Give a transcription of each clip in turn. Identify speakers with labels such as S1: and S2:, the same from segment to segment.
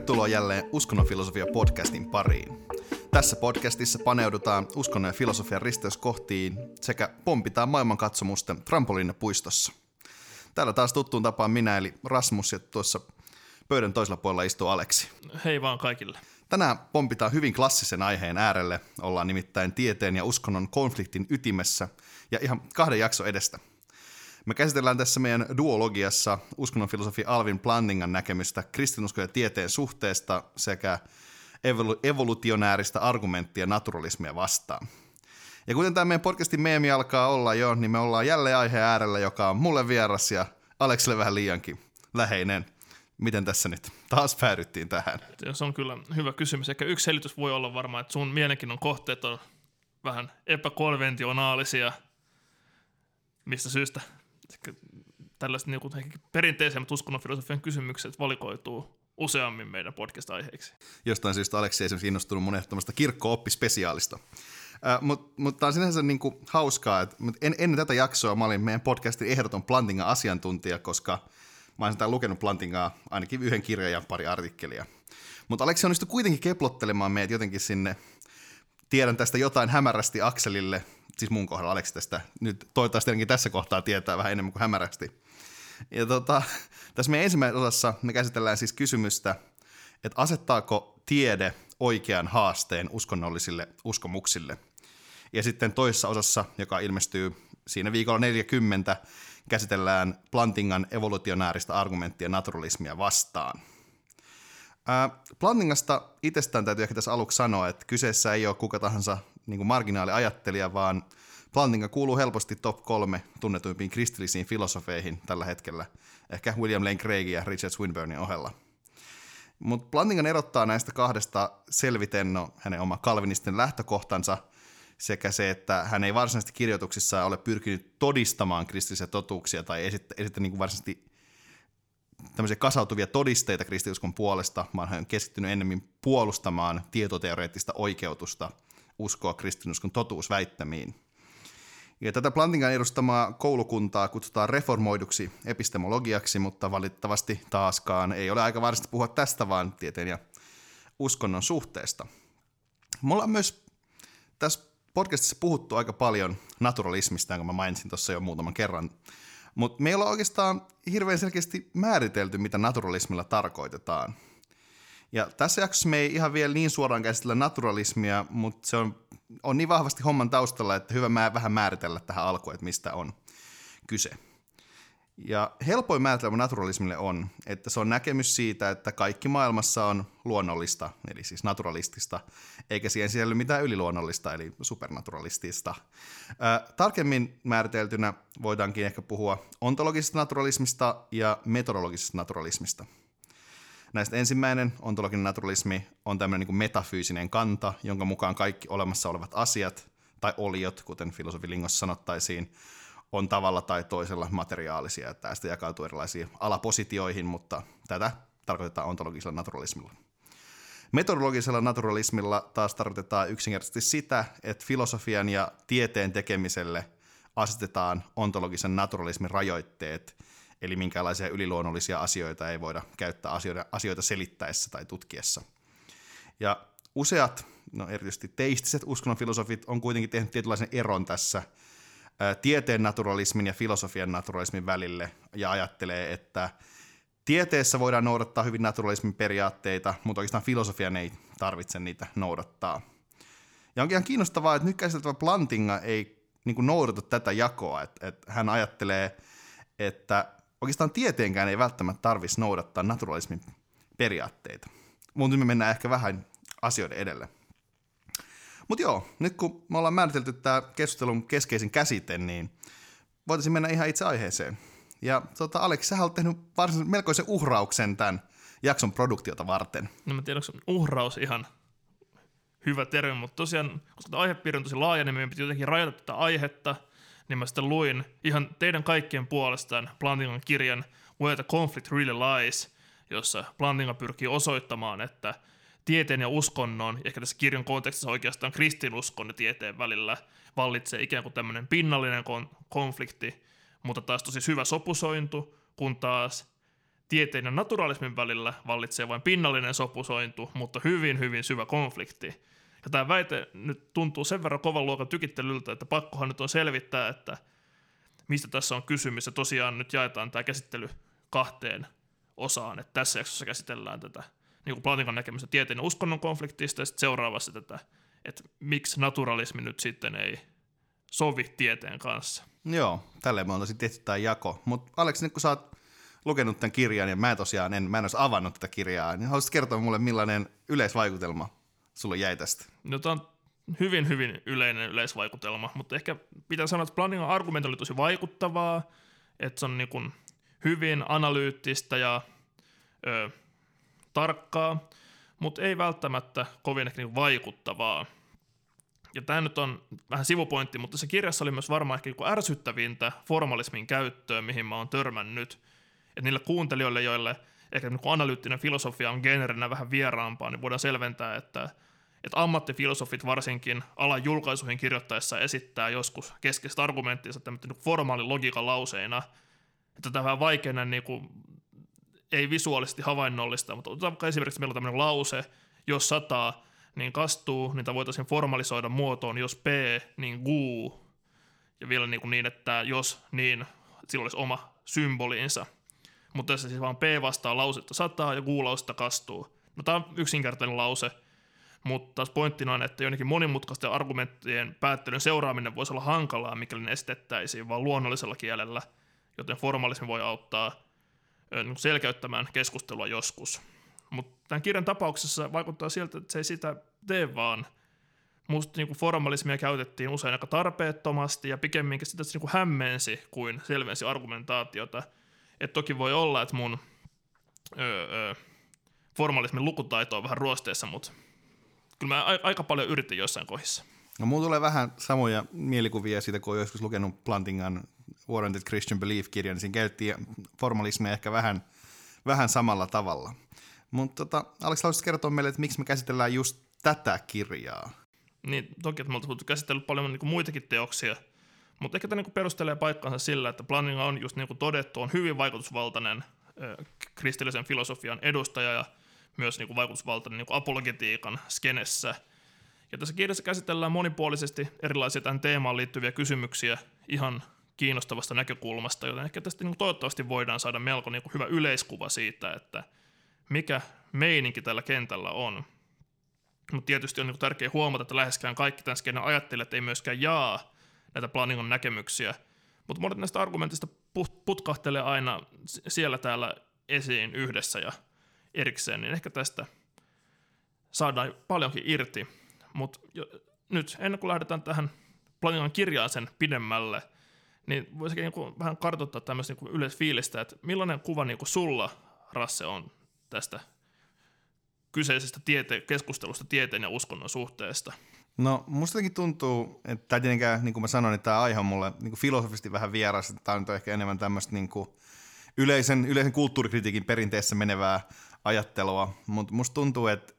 S1: Tervetuloa jälleen Uskonnon filosofia-podcastin pariin. Tässä podcastissa paneudutaan uskonnon ja filosofian risteyskohtiin sekä pompitaan maailmankatsomusten trampoliinipuistossa. Täällä taas tuttuun tapaan minä eli Rasmus ja tuossa pöydän toisella puolella istuu Aleksi.
S2: Hei vaan kaikille.
S1: Tänään pompitaan hyvin klassisen aiheen äärelle. Ollaan nimittäin tieteen ja uskonnon konfliktin ytimessä ja ihan 2 jakson edestä. Me käsitellään tässä meidän duologiassa uskonnonfilosofi Alvin Plantingan näkemystä kristinuskon ja tieteen suhteesta sekä evolutionääristä argumenttia naturalismia vastaan. Ja kuten tämä meidän podcastin meemi alkaa olla jo, niin me ollaan jälleen aiheen äärellä, joka on mulle vieras ja Alekselle vähän liiankin läheinen. Miten tässä nyt taas päädyttiin tähän?
S2: Se on kyllä hyvä kysymys. Ehkä yksi selitys voi olla varmaan, että sun mielenkiinnon kohteet on vähän epäkonventionaalisia. Mistä syystä? Tällaiset niin perinteisemmät uskonnonfilosofian kysymykset valikoituu useammin meidän podcast-aiheiksi.
S1: Jostain syystä Aleksi ei esimerkiksi innostunut mun ehdottomasta kirkko-oppispesiaalista. Mutta tämä on sinänsä niin kuin hauskaa, että ennen tätä jaksoa mä olin meidän podcastin ehdoton Plantingan asiantuntija, koska mä olen lukenut Plantingaa ainakin 1 kirjan ja 2 artikkelia. Mutta Aleksi onnistui kuitenkin keplottelemaan meitä jotenkin sinne, tiedän tästä jotain hämärästi Akselille, siis mun kohdalla Aleksi tästä nyt toivottavasti ainakin tässä kohtaa tietää vähän enemmän kuin hämärästi. Ja tässä meidän ensimmäisessä osassa me käsitellään siis kysymystä, että asettaako tiede oikean haasteen uskonnollisille uskomuksille. Ja sitten toisessa osassa, joka ilmestyy siinä viikolla 40, käsitellään Plantingan evolutionääristä argumenttia naturalismia vastaan. Plantingasta itsestään täytyy ehkä tässä aluksi sanoa, että kyseessä ei ole kuka tahansa niin kuin marginaaliajattelija, vaan Plantinga kuuluu helposti top 3 tunnetuimpiin kristillisiin filosofeihin tällä hetkellä, ehkä William Lane Craigin ja Richard Swinburnin ohella. Mutta Plantingan erottaa näistä 2 selviten hänen oma kalvinisten lähtökohtansa sekä se, että hän ei varsinaisesti kirjoituksissaan ole pyrkinyt todistamaan kristillisiä totuuksia tai esittää niin kuin varsinaisesti tämmöisiä kasautuvia todisteita kristiuskon puolesta, vaan hän on keskittynyt ennemmin puolustamaan tietoteoreettista oikeutusta uskoa kristinuskon totuusväittämiin. Ja tätä Plantingan edustamaa koulukuntaa kutsutaan reformoiduksi epistemologiaksi, mutta valitettavasti taaskaan ei ole aika varsinaisesti puhua tästä, vaan tieteen ja uskonnon suhteesta. Mulla on myös tässä podcastissa puhuttu aika paljon naturalismista, jonka mä mainitsin tuossa jo muutaman kerran, mutta meillä on oikeastaan hirveän selkeästi määritelty, mitä naturalismilla tarkoitetaan. Ja tässä jaksossa me ei ihan vielä niin suoraan käsitellä naturalismia, mutta se on niin vahvasti homman taustalla, että hyvä vähän määritellä tähän alkuun, että mistä on kyse. Ja helpoin määritelmä naturalismille on, että se on näkemys siitä, että kaikki maailmassa on luonnollista, eli siis naturalistista, eikä siihen sisälly mitään yliluonnollista, eli supernaturalistista. Tarkemmin määriteltynä voidaankin ehkä puhua ontologisesta naturalismista ja metodologisesta naturalismista. Näistä ensimmäinen, ontologinen naturalismi, on tämmöinen niin kuin metafyysinen kanta, jonka mukaan kaikki olemassa olevat asiat, tai oliot, kuten filosofilingossa sanottaisiin, on tavalla tai toisella materiaalisia. Tästä jakautuu erilaisiin alapositioihin, mutta tätä tarkoitetaan ontologisella naturalismilla. Metodologisella naturalismilla taas tarkoitetaan yksinkertaisesti sitä, että filosofian ja tieteen tekemiselle asetetaan ontologisen naturalismin rajoitteet, eli minkälaisia yliluonnollisia asioita ei voida käyttää asioita selittäessä tai tutkiessa. Ja useat, erityisesti teistiset uskonnonfilosofit on kuitenkin tehnyt tietynlaisen eron tässä tieteen naturalismin ja filosofian naturalismin välille ja ajattelee, että tieteessä voidaan noudattaa hyvin naturalismin periaatteita, mutta oikeastaan filosofian ei tarvitse niitä noudattaa. Ja onkin ihan kiinnostavaa, että nyt käsiteltävä Plantinga ei niin kuin noudata tätä jakoa, että hän ajattelee, että oikeastaan tieteenkään ei välttämättä tarvitsisi noudattaa naturalismin periaatteita. Mutta me mennään ehkä vähän asioiden edelle. Mutta joo, nyt kun me ollaan määritelty tämä keskustelun keskeisin käsite, niin voitaisiin mennä ihan itse aiheeseen. Ja Aleksi, sä olet tehnyt melkoisen uhrauksen tämän jakson produktiota varten.
S2: No mä tiedän, onko uhraus ihan hyvä termi, mutta tosiaan, koska tämä aihepiiri on tosi laaja, niin meidän piti jotenkin rajata tätä aihetta, niin mä sitten luin ihan teidän kaikkien puolestaan Plantingan kirjan Where the Conflict Really Lies, jossa Plantinga pyrkii osoittamaan, että tieteen ja uskonnon, ehkä tässä kirjan kontekstissa oikeastaan kristinuskon ja tieteen välillä vallitsee ikään kuin tämmöinen pinnallinen konflikti, mutta taas tosi syvä sopusointu, kun taas tieteen ja naturalismin välillä vallitsee vain pinnallinen sopusointu, mutta hyvin, hyvin syvä konflikti. Ja tämä väite nyt tuntuu sen verran kovan luokan tykittelyltä, että pakkohan nyt on selvittää, että mistä tässä on kysymys. Ja tosiaan nyt jaetaan tämä käsittely 2 osaan, että tässä jaksossa käsitellään tätä niin kuin Platonkan näkemystä tieteen ja uskonnon konfliktista, ja sitten seuraavassa tätä, että miksi naturalismi nyt sitten ei sovi tieteen kanssa.
S1: Joo, tälleen me on tosi tehty tämä jako. Mutta Alex, nyt kun sä oot lukenut tämän kirjan, ja mä en olisi avannut tätä kirjaa, niin haluaisit kertoa mulle, millainen yleisvaikutelma sulle jäi tästä?
S2: No, tämä on hyvin, hyvin yleinen yleisvaikutelma, mutta ehkä pitää sanoa, että Planingan argumentti oli tosi vaikuttavaa, että se on niin kuin hyvin analyyttistä ja tarkkaa, mutta ei välttämättä kovin ehkä niin vaikuttavaa. Ja tämä nyt on vähän sivupointti, mutta se kirjassa oli myös varmaan ehkä niin ärsyttävintä formalismin käyttöä, mihin mä oon törmännyt. Että niille kuuntelijoille, joille ehkä niin analyyttinen filosofia on genrenä vähän vieraampaa, niin voidaan selventää, että ammattifilosofit varsinkin alan julkaisuihin kirjoittaessa esittää joskus keskeistä argumenttinsa tämmöinen niin formaalin logiikan lauseina, että tämä on vähän vaikeana niin kuin, ei visuaalisesti havainnollista, mutta otetaan vaikka esimerkiksi, meillä on tämmöinen lause, jos 100, niin kastuu, niitä voitaisiin formalisoida muotoon, jos P, niin guu, ja vielä niin, että jos niin, sillä olisi oma symboliinsa. Mutta tässä siis vaan P vastaa lausetta 100 ja guu lausetta kastuu. No tämä on yksinkertainen lause, mutta taas pointtina on, että jonnekin monimutkaisten argumenttien päättelyn seuraaminen voisi olla hankalaa, mikäli ne esitettäisiin vaan luonnollisella kielellä, joten formalismi voi auttaa selkeyttämään keskustelua joskus. Mutta tämän kirjan tapauksessa vaikuttaa siltä, että se ei sitä tee vaan. Musta niin formalismia käytettiin usein aika tarpeettomasti ja pikemminkin sitä se niin hämmensi kuin selvensi argumentaatiota. Et toki voi olla, että mun formalismin lukutaito on vähän ruosteessa, mutta kyllä mä aika paljon yritin jossain kohdissa.
S1: No, mulla tulee vähän samoja mielikuvia siitä, kun olen joskus lukenut Plantingan Warranted Christian Belief-kirjan, niin siinä käytettiin formalismia ehkä vähän samalla tavalla. Mutta Alex, haluaisit kertoa meille, että miksi me käsitellään just tätä kirjaa?
S2: Niin, toki, että me oltaisiin käsitellyt paljon niin kuin muitakin teoksia, mutta ehkä tämä niin kuin perustelee paikkansa sillä, että Plantinga on just niin kuin todettu, on hyvin vaikutusvaltainen kristillisen filosofian edustaja ja myös niin kuin vaikutusvaltainen niin kuin apologetiikan skenessä. Ja tässä kirjassa käsitellään monipuolisesti erilaisia tähän teemaan liittyviä kysymyksiä ihan kiinnostavasta näkökulmasta, joten ehkä tästä niin toivottavasti voidaan saada melko niin hyvä yleiskuva siitä, että mikä meininki tällä kentällä on. Mutta tietysti on niin tärkeää huomata, että läheskään kaikki tämän skenen ajattelijat ei myöskään jaa näitä Planingan näkemyksiä, mutta monet näistä argumentista putkahtelee aina siellä täällä esiin yhdessä ja erikseen, niin ehkä tästä saadaan paljonkin irti. Mutta nyt ennen kuin lähdetään tähän Planingan kirjaan sen pidemmälle, niin voisikin niin vähän kartoittaa tämmöistä niin yleisfiilistä, että millainen kuva niin sulla, Rasse, on tästä kyseisestä keskustelusta tieteen ja uskonnon suhteesta?
S1: No, musta jotenkin tuntuu, että tämä tietenkään, niin kuin mä sanoin, niin tämä aihe on mulle niin filosofisesti vähän vieras, että tämä on ehkä enemmän tämmöistä niin yleisen kulttuurikritiikin perinteessä menevää ajattelua, mutta musta tuntuu, että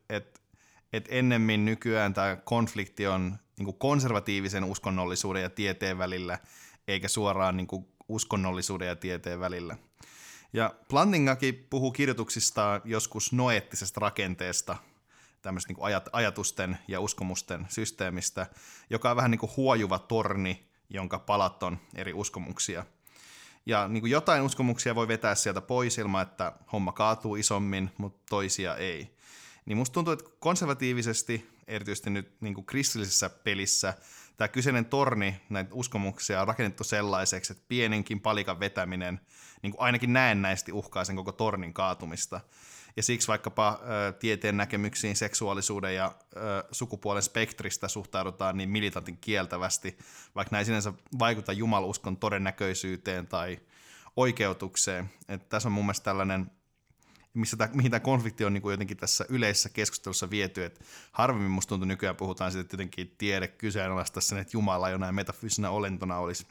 S1: ennemmin nykyään tämä konflikti on niin konservatiivisen uskonnollisuuden ja tieteen välillä, eikä suoraan niin uskonnollisuuden ja tieteen välillä. Ja Plantingakin puhuu kirjoituksistaan joskus noeettisesta rakenteesta, tämmöistä niin ajatusten ja uskomusten systeemistä, joka on vähän niin kuin huojuva torni, jonka palat on eri uskomuksia. Ja niin kuin jotain uskomuksia voi vetää sieltä pois ilman, että homma kaatuu isommin, mutta toisia ei. Niin musta tuntuu, että konservatiivisesti, erityisesti nyt niin kuin kristillisessä pelissä, tämä kyseinen torni, näitä uskomuksia on rakennettu sellaiseksi, että pienenkin palikan vetäminen niin kuin ainakin näennäisesti uhkaa sen koko tornin kaatumista. Ja siksi vaikkapa tieteen näkemyksiin seksuaalisuuden ja sukupuolen spektristä suhtaudutaan niin militantin kieltävästi, vaikka näin sinänsä vaikuta jumaluskon todennäköisyyteen tai oikeutukseen. Että tässä on mun mielestä tällainen, mihin tämä konflikti on niin kuin jotenkin tässä yleisessä keskustelussa viety, että harvemmin musta tuntuu nykyään puhutaan siitä, että jotenkin tiede kyseenalaistaa sen, että Jumala jonain metafyysisenä olentona olisi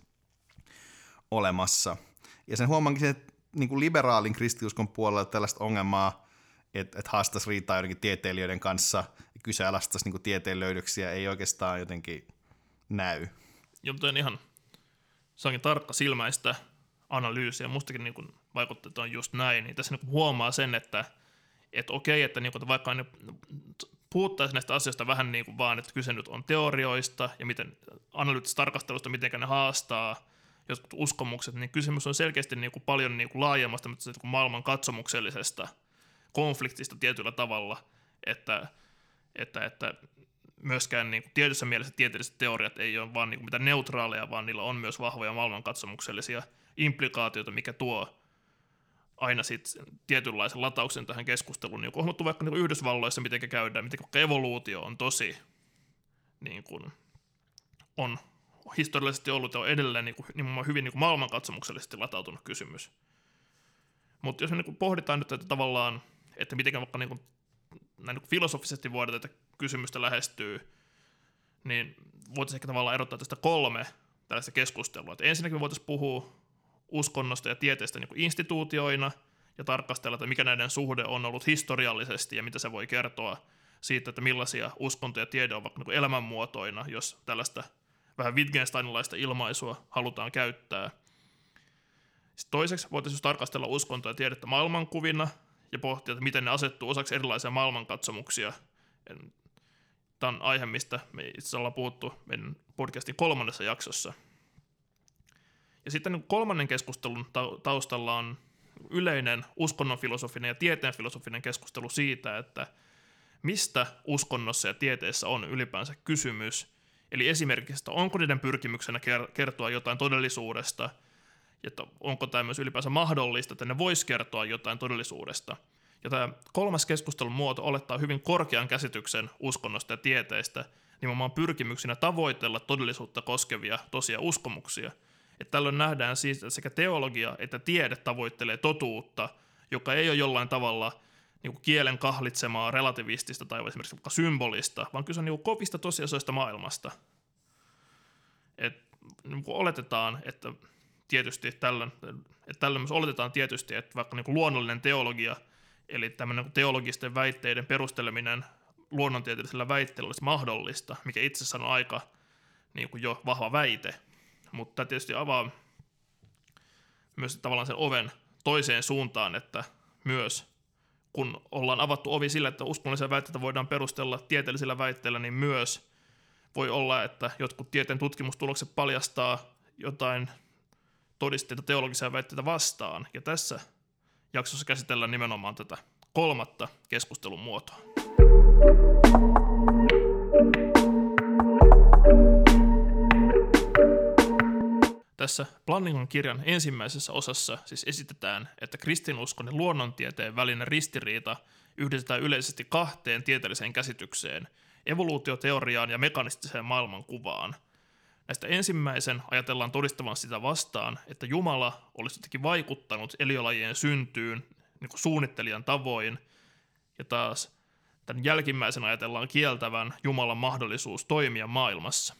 S1: olemassa. Ja sen huomaankin, että niin kuin liberaalin kristiuskon puolella tällaista ongelmaa, että haastaisi riitaa jotenkin tieteilijöiden kanssa ja kyseenalaistaisi niin tieteen löydöksiä, ei oikeastaan jotenkin näy.
S2: Joten ihan, se onkin tarkka silmäistä analyysiä. Mustakin niin kuin vaikuttaa, että on just näin. Niin tässä niin kuin huomaa sen, että okei, että niin kuin, vaikka niin puhuttaisiin näistä asioista vähän niin kuin vaan, että kyse nyt on teorioista ja miten analyyttisesta tarkastelusta, miten ne haastaa jotkut uskomukset, niin kysymys on selkeästi niin kuin paljon niin kuin laajemmasta niin kuin maailman katsomuksellisesta konfliktista tietyllä tavalla, että myöskään niin kuin tietyssä mielessä tieteelliset teoriat ei ole vaan niin kuin mitään neutraaleja, vaan niillä on myös vahvoja maailmankatsomuksellisia implikaatioita, mikä tuo aina sitten tietynlaisen latauksen tähän keskusteluun. Niin on huomattu vaikka niin kuin Yhdysvalloissa, miten käydään, miten evoluutio on tosi, niin kuin, on historiallisesti ollut ja on edelleen niin kuin, hyvin niin kuin maailmankatsomuksellisesti latautunut kysymys. Mutta jos me niin kuin pohditaan nyt, että tavallaan, että miten vaikka niin kuin, näin niin filosofisesti voidaan tätä kysymystä lähestyy, niin voitaisiin ehkä tavallaan erottaa tästä 3 tällaista keskustelua. Että ensinnäkin me voitaisiin puhua uskonnosta ja tieteestä niin kuin instituutioina ja tarkastella, että mikä näiden suhde on ollut historiallisesti ja mitä se voi kertoa siitä, että millaisia uskonto ja tiede on vaikka niin kuin elämänmuotoina, jos tällaista vähän Wittgensteinilaista ilmaisua halutaan käyttää. Sitten toiseksi voitaisiin tarkastella uskontoa ja tiedettä maailmankuvina ja pohtia, että miten ne asettuu osaksi erilaisia maailmankatsomuksia. Tämä on aihe, mistä me itse ollaan puhuttu meidän podcastin 3. jaksossa. Ja sitten 3. keskustelun taustalla on yleinen uskonnonfilosofinen ja tieteenfilosofinen keskustelu siitä, että mistä uskonnossa ja tieteessä on ylipäänsä kysymys. Eli esimerkiksi, onko niiden pyrkimyksenä kertoa jotain todellisuudesta, että onko tämä myös ylipäänsä mahdollista, että ne vois kertoa jotain todellisuudesta. Ja tämä 3. keskustelun muoto olettaa hyvin korkean käsityksen uskonnosta ja tieteestä, nimenomaan pyrkimyksenä tavoitella todellisuutta koskevia tosia uskomuksia. Että tällöin nähdään siis, että sekä teologia että tiede tavoittelee totuutta, joka ei ole jollain tavalla niin kuin kielen kahlitsemaa, relativistista tai esimerkiksi vaikka symbolista, vaan kyse on niin kuin kovista tosiasioista maailmasta. Niin kuin oletetaan, että tietysti tällöin myös oletetaan tietysti, että vaikka niin kuin luonnollinen teologia, eli tämmöinen teologisten väitteiden perusteleminen luonnontieteellisellä väitteellä olisi mahdollista, mikä itse asiassa on aika niin kuin jo vahva väite, mutta tämä tietysti avaa myös tavallaan sen oven toiseen suuntaan, että myös kun ollaan avattu ovi sillä, että uskonnollisia väitteitä voidaan perustella tieteellisillä väitteillä, niin myös voi olla, että jotkut tieteen tutkimustulokset paljastaa jotain todisteita teologisia väitteitä vastaan. Ja tässä jaksossa käsitellään nimenomaan tätä 3. keskustelun muotoa. Tässä Plantingan kirjan ensimmäisessä osassa siis esitetään, että kristinuskon ja luonnontieteen välinen ristiriita yhdistetään yleisesti 2 tieteelliseen käsitykseen, evoluutioteoriaan ja mekanistiseen maailmankuvaan. Näistä ensimmäisen ajatellaan todistavan sitä vastaan, että Jumala olisi jotenkin vaikuttanut eliölajien syntyyn niin kuin suunnittelijan tavoin, ja taas tämän jälkimmäisen ajatellaan kieltävän Jumalan mahdollisuus toimia maailmassa.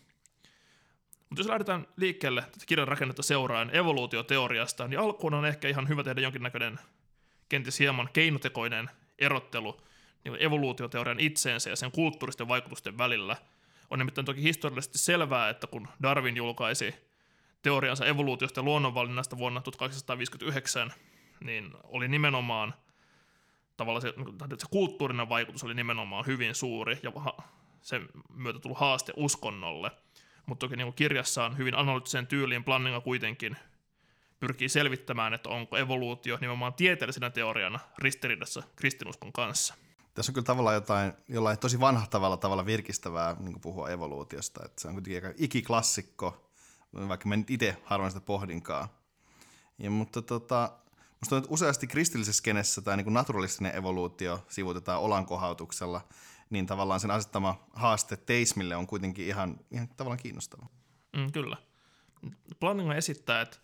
S2: Mutta jos lähdetään liikkeelle tätä kirjan rakennetta seuraaen evoluutioteoriasta, niin alkuun on ehkä ihan hyvä tehdä jonkinnäköinen kenties hieman keinotekoinen erottelu niin evoluutioteorian itseensä ja sen kulttuuristen vaikutusten välillä. On nimittäin toki historiallisesti selvää, että kun Darwin julkaisi teoriansa evoluutiosta ja luonnonvalinnasta vuonna 1859, niin oli nimenomaan tavallaan se kulttuurinen vaikutus oli nimenomaan hyvin suuri ja sen myötä tullut haaste uskonnolle. Mutta toki niin kirjassaan hyvin analyyttiseen tyyliin Plantinga kuitenkin pyrkii selvittämään, että onko evoluutio nimenomaan tieteellisenä teoriana ristiriidassa kristinuskon kanssa.
S1: Tässä on kyllä tavallaan jollain tosi vanhahtavalla tavalla virkistävää niin puhua evoluutiosta. Että se on kuitenkin aika ikiklassikko, vaikka mä nyt itse harvoin sitä pohdinkaan. Mutta musta on, useasti kristillisessä skenessä tämä niin naturalistinen evoluutio sivuutetaan olankohautuksella, niin tavallaan sen asettama haaste teismille on kuitenkin ihan tavallaan kiinnostava.
S2: Kyllä. Plantinga esittää, että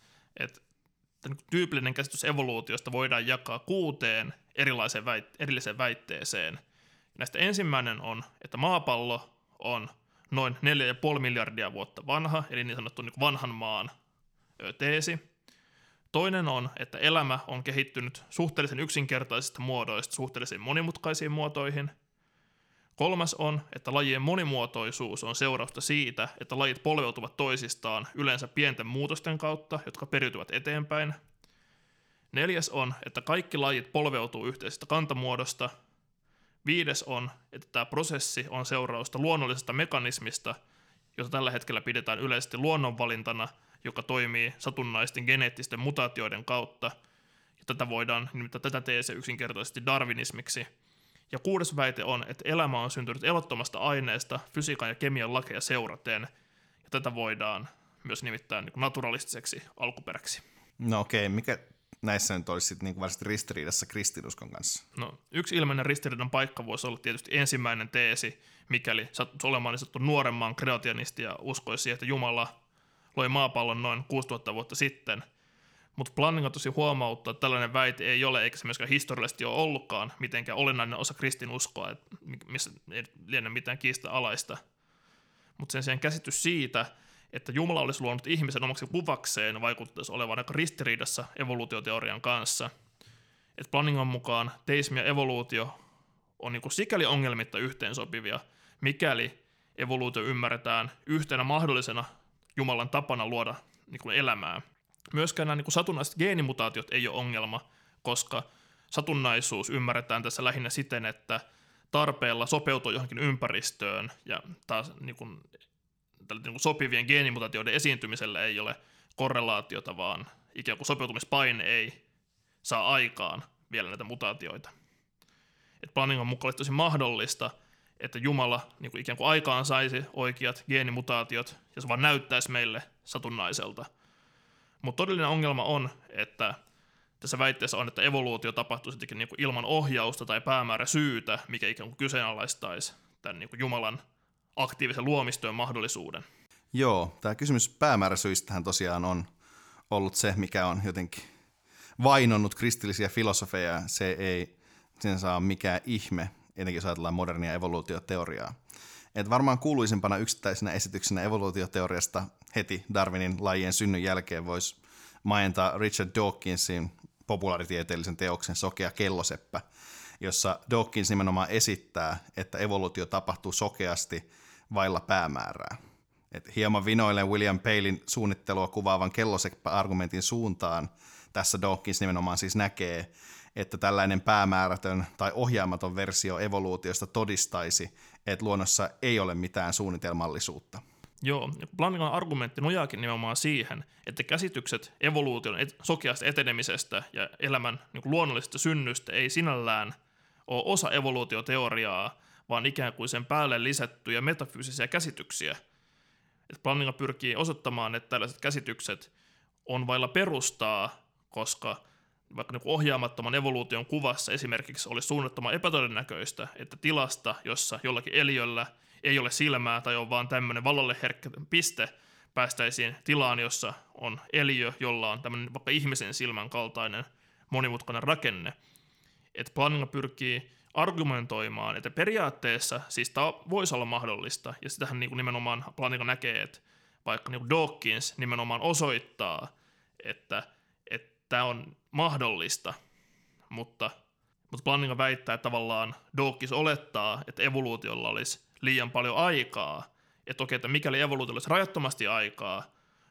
S2: tyypillinen käsitys evoluutiosta voidaan jakaa 6 erilliseen väitteeseen. Näistä ensimmäinen on, että maapallo on noin 4,5 miljardia vuotta vanha, eli niin sanottu niin vanhan maan teesi. Toinen on, että elämä on kehittynyt suhteellisen yksinkertaisista muodoista suhteellisen monimutkaisiin muotoihin. 3. on, että lajien monimuotoisuus on seurausta siitä, että lajit polveutuvat toisistaan yleensä pienten muutosten kautta, jotka periytyvät eteenpäin. 4. on, että kaikki lajit polveutuu yhteisestä kantamuodosta. 5. on, että tämä prosessi on seurausta luonnollisesta mekanismista, jota tällä hetkellä pidetään yleisesti luonnonvalintana, joka toimii satunnaisten geneettisten mutaatioiden kautta. Ja tätä voidaan nimittää tätä teesiä yksinkertaisesti darwinismiksi. Ja 6. väite on, että elämä on syntynyt elottomasta aineesta fysiikan ja kemian lakeja seuraten. Ja tätä voidaan myös nimittää niin kuin naturalistiseksi alkuperäksi.
S1: No okei, mikä näissä nyt olisi sitten niin varsinaisesti ristiriidassa kristinuskon kanssa?
S2: No, yksi ilmeinen ristiriidan paikka voisi olla tietysti ensimmäinen teesi, mikäli sattuisi olemaan niin sanottu nuoremman kreationisti ja uskoisi siihen, että Jumala loi maapallon noin 6000 vuotta sitten. Mutta Plantinga tosi huomauttaa, että tällainen väite ei ole, eikä se myöskään historiallisesti ole ollutkaan mitenkään olennainen osa kristinuskoa, missä ei liene mitään kiista-alaista. Mutta sen sijaan käsitys siitä, että Jumala olisi luonut ihmisen omaksi kuvakseen, vaikuttaisi olevan aika ristiriidassa evoluutioteorian kanssa. Että Plantingan mukaan teismi ja evoluutio on niin kuin sikäli ongelmitta yhteensopivia, mikäli evoluutio ymmärretään yhtenä mahdollisena Jumalan tapana luoda niin kuin elämää. Myöskään nämä niin kuin satunnaiset geenimutaatiot ei ole ongelma, koska satunnaisuus ymmärretään tässä lähinnä siten, että tarpeella sopeutua johonkin ympäristöön ja taas niin kuin sopivien geenimutaatioiden esiintymisellä ei ole korrelaatiota, vaan ikään kuin sopeutumispaine ei saa aikaan vielä näitä mutaatioita. Et Plantingan mukaan olisi tosi mahdollista, että Jumala niin kuin ikään kuin aikaan saisi oikeat geenimutaatiot ja se vaan näyttäisi meille satunnaiselta. Mutta todellinen ongelma on, että tässä väitteessä on, että evoluutio tapahtuu sittenkin niin kuin ilman ohjausta tai päämääräsyytä, mikä ikään kuin kyseenalaistaisi tämän niin kuin Jumalan aktiivisen luomistyön mahdollisuuden.
S1: Joo, tämä kysymys päämääräsyistähän tosiaan on ollut se, mikä on jotenkin vainonnut kristillisiä filosofeja. Se ei sen saa mikään ihme, etenkin jos ajatellaan modernia evoluutioteoriaa. Et varmaan kuuluisimpana yksittäisenä esityksenä evoluutioteoriasta heti Darwinin lajien synnyn jälkeen voisi mainita Richard Dawkinsin populaaritieteellisen teoksen Sokea kelloseppä, jossa Dawkins nimenomaan esittää, että evoluutio tapahtuu sokeasti vailla päämäärää. Et hieman vinoilen William Palein suunnittelua kuvaavan kelloseppä-argumentin suuntaan tässä Dawkins nimenomaan siis näkee, että tällainen päämäärätön tai ohjaamaton versio evoluutiosta todistaisi, että luonnossa ei ole mitään suunnitelmallisuutta.
S2: Joo, Plantingan argumentti nojaakin nimenomaan siihen, että käsitykset evoluution sokeasta etenemisestä ja elämän niin kuin luonnollisesta synnystä ei sinällään ole osa evoluutioteoriaa, vaan ikään kuin sen päälle lisättyjä metafyysisiä käsityksiä. Plantinga pyrkii osoittamaan, että tällaiset käsitykset on vailla perustaa, koska vaikka niin kuin ohjaamattoman evoluution kuvassa esimerkiksi olisi suunnattoman epätodennäköistä, että tilasta, jossa jollakin eliöllä ei ole silmää tai on vaan tämmöinen valolle herkkä piste, päästäisiin tilaan, jossa on eliö, jolla on tämmöinen vaikka ihmisen silmän kaltainen monimutkainen rakenne. Että Plantinga pyrkii argumentoimaan, että periaatteessa siis tämä voisi olla mahdollista, ja sitähän niin kuin nimenomaan Plantinga näkee, että vaikka niin kuin Dawkins nimenomaan osoittaa, että tämä on mahdollista, mutta Plantinga väittää, että tavallaan Dawkins olettaa, että evoluutiolla olisi liian paljon aikaa, että okei, että mikäli evoluutiolla olisi rajattomasti aikaa,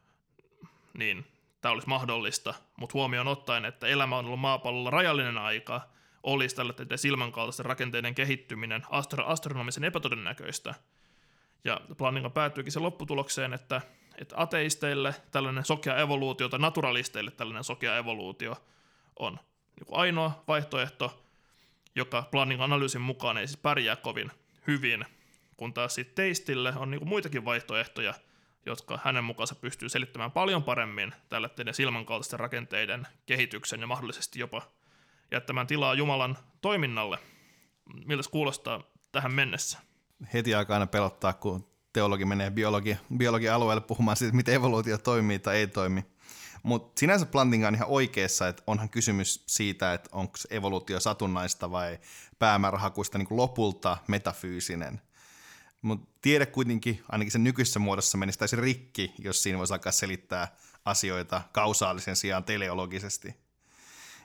S2: niin tämä olisi mahdollista, mutta huomioon ottaen, että elämä on ollut maapallolla rajallinen aika, olisi tällaisten silmänkaltaisten rakenteiden kehittyminen astronomisen epätodennäköistä. Ja Plantinga päätyykin sen lopputulokseen, että ateisteille tällainen sokea evoluutio tai naturalisteille tällainen sokea evoluutio on ainoa vaihtoehto, joka Plantingan analyysin mukaan ei siis pärjää kovin hyvin, kun taas sitten teistille on niin kuin muitakin vaihtoehtoja, jotka hänen mukaansa pystyy selittämään paljon paremmin tällaisten silmänkaltaisten rakenteiden kehityksen ja mahdollisesti jopa jättämään tilaa Jumalan toiminnalle. Miltä kuulostaa tähän mennessä?
S1: Heti alkaa aina pelottaa, kun teologi menee biologian alueelle puhumaan siitä, miten evoluutio toimii tai ei toimi. Mutta sinänsä Plantinga on ihan oikeassa, että onhan kysymys siitä, että onko evoluutio satunnaista vai päämäärähakuista niin kuin lopulta metafyysinen. Mutta tiede kuitenkin, ainakin sen nykyisessä muodossa, menisi täysin rikki, jos siinä voisi alkaa selittää asioita kausaalisen sijaan teleologisesti.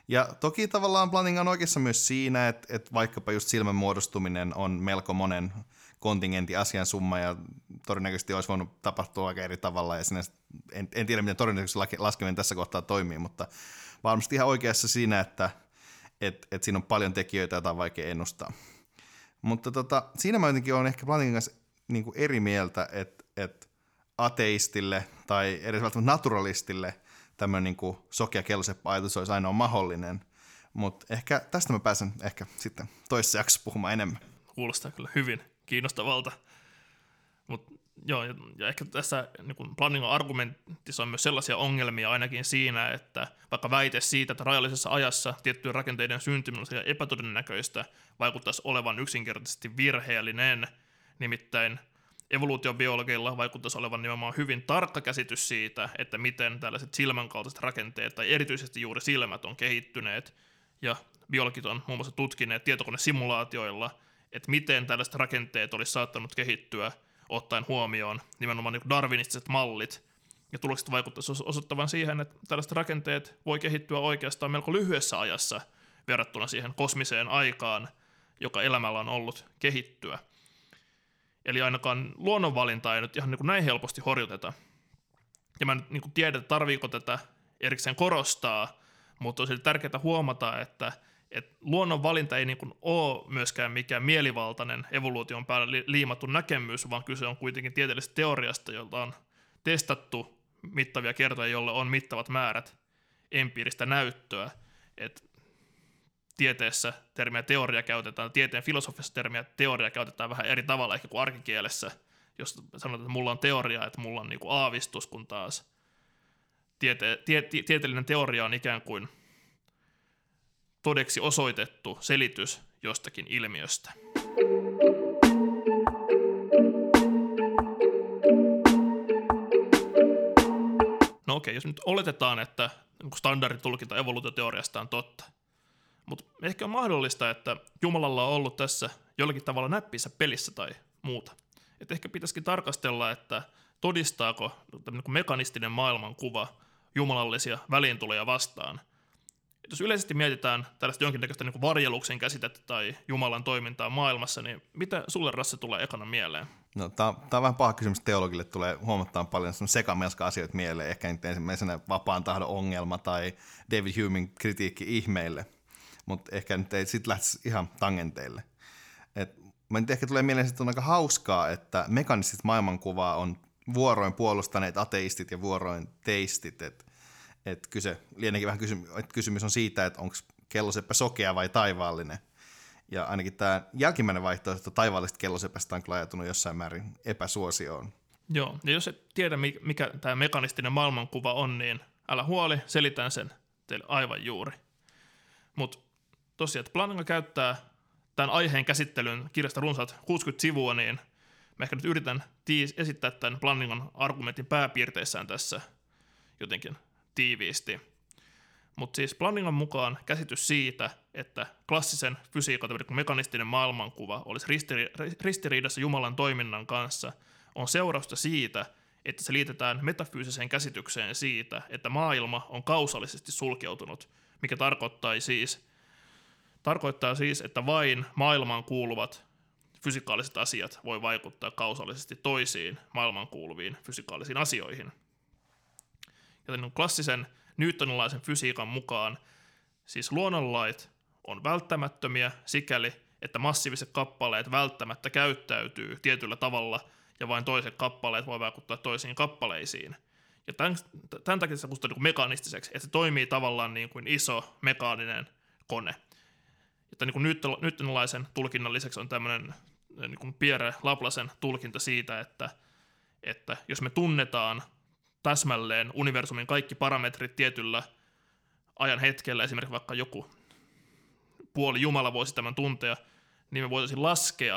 S1: Ja toki tavallaan Plantinga on oikeassa myös siinä, että vaikkapa just silmän muodostuminen on melko monen kontingentin asian summa ja todennäköisesti olisi voinut tapahtua aika eri tavalla ja en tiedä, miten todennäköisesti laskeminen tässä kohtaa toimii, mutta varmasti ihan oikeassa siinä, että siinä on paljon tekijöitä, joita on vaikea ennustaa. Mutta siinä mä jotenkin olen ehkä Plantingan kanssa niin kuin eri mieltä, että ateistille tai edes välttämättä naturalistille tämmöinen niin kuin sokea kelloseppä-ajatus olisi ainoa mahdollinen. Mutta ehkä tästä mä pääsen ehkä sitten toisessa jaksossa puhumaan enemmän.
S2: Kuulostaa kyllä hyvin kiinnostavalta. Mut joo, ja ehkä tässä niin Plantingan argumentissa on myös sellaisia ongelmia ainakin siinä, että vaikka väite siitä, että rajallisessa ajassa tiettyjen rakenteiden syntyminen on epätodennäköistä, vaikuttaisi olevan yksinkertaisesti virheellinen, nimittäin evoluutiobiologilla vaikuttaisi olevan nimenomaan hyvin tarkka käsitys siitä, että miten tällaiset silmänkaltaiset rakenteet, tai erityisesti juuri silmät, on kehittyneet, ja biologit on muun muassa tutkineet tietokonesimulaatioilla, että miten tällaiset rakenteet olisi saattanut kehittyä ottaen huomioon nimenomaan niin darwinistiset mallit, ja tulokset vaikuttaisi osoittavan siihen, että tällaiset rakenteet voi kehittyä oikeastaan melko lyhyessä ajassa verrattuna siihen kosmiseen aikaan, joka elämällä on ollut kehittyä. Eli ainakaan luonnonvalintaa ei nyt ihan niin kuin näin helposti horjuteta. Ja mä en niin kuin tiedä, että tarviiko tätä erikseen korostaa, mutta on tärkeää huomata, että luonnonvalinta ei niin kuin ole myöskään mikään mielivaltainen evoluution päälle liimattu näkemys, vaan kyse on kuitenkin tieteellisestä teoriasta, jolta on testattu mittavia kertoja, jolle on mittavat määrät empiiristä näyttöä. Et tieteessä termiä teoria käytetään, tieteen filosofiassa termiä teoria käytetään vähän eri tavalla ehkä kuin arkikielessä, jos sanotaan, että mulla on teoria, että mulla on niin kuin aavistus, kun taas tieteellinen teoria on ikään kuin todeksi osoitettu selitys jostakin ilmiöstä. No okei, jos nyt oletetaan, että standarditulkinta evoluutioteoriasta on totta, mutta ehkä on mahdollista, että Jumalalla on ollut tässä jollakin tavalla näppinsä pelissä tai muuta. Et ehkä pitäisikin tarkastella, että todistaako mekanistinen maailmankuva jumalallisia väliintuloja vastaan. Et jos yleisesti mietitään tällaista jonkinnäköistä niin varjeluksen käsitettä tai Jumalan toimintaa maailmassa, niin mitä sulle, Rasse, tulee ekana mieleen?
S1: No, tämä on vähän paha kysymys teologille, tulee huomattavan paljon sekamelska-asioita mieleen, ehkä nyt ensimmäisenä vapaan tahdon ongelma tai David Humein kritiikki ihmeille, mutta ehkä nyt ei sitten lähtisi ihan tangenteille. Mä nyt ehkä tulee mieleen, että on aika hauskaa, että mekanistit maailmankuvaa on vuoroin puolustaneet ateistit ja vuoroin teistit, että kyse lieneekin vähän kysymys on siitä, että onko kelloseppä sokea vai taivaallinen. Ja ainakin tämä jälkimmäinen vaihtoehto taivaallisesta kellosepästä on kyllä ajatunut jossain määrin epäsuosioon.
S2: Joo, ja jos et tiedä, mikä tämä mekanistinen maailmankuva on, niin älä huoli, selitän sen teille aivan juuri. Mutta tosiaan, että Plantinga käyttää tämän aiheen käsittelyn kirjasta runsaat 60 sivua, niin mä ehkä nyt yritän esittää tämän Plantingan argumentin pääpiirteissään tässä jotenkin tiiviisti. Mutta siis Plantingan mukaan käsitys siitä, että klassisen fysiikan mekanistinen maailmankuva olisi ristiriidassa Jumalan toiminnan kanssa, on seurausta siitä, että se liitetään metafyysiseen käsitykseen siitä, että maailma on kausaalisesti sulkeutunut, mikä tarkoittaa siis, että vain maailmaan kuuluvat fysikaaliset asiat voi vaikuttaa kausaalisesti toisiin maailmaan kuuluviin fysikaalisiin asioihin. Joten klassisen newtonilaisen fysiikan mukaan siis luonnonlait on välttämättömiä sikäli, että massiiviset kappaleet välttämättä käyttäytyy tietyllä tavalla ja vain toiset kappaleet voi vaikuttaa toisiin kappaleisiin. Ja tämän takia se kutsutaan niin mekanistiseksi, että se toimii tavallaan niin kuin iso mekaaninen kone. Että niin newtonilaisen tulkinnan lisäksi on tämmöinen niin kuin Pierre Laplacen tulkinta siitä, että jos me tunnetaan täsmälleen universumin kaikki parametrit tietyllä ajan hetkellä, esimerkiksi vaikka joku puoli Jumala voisi tämän tuntea, niin me voitaisiin laskea,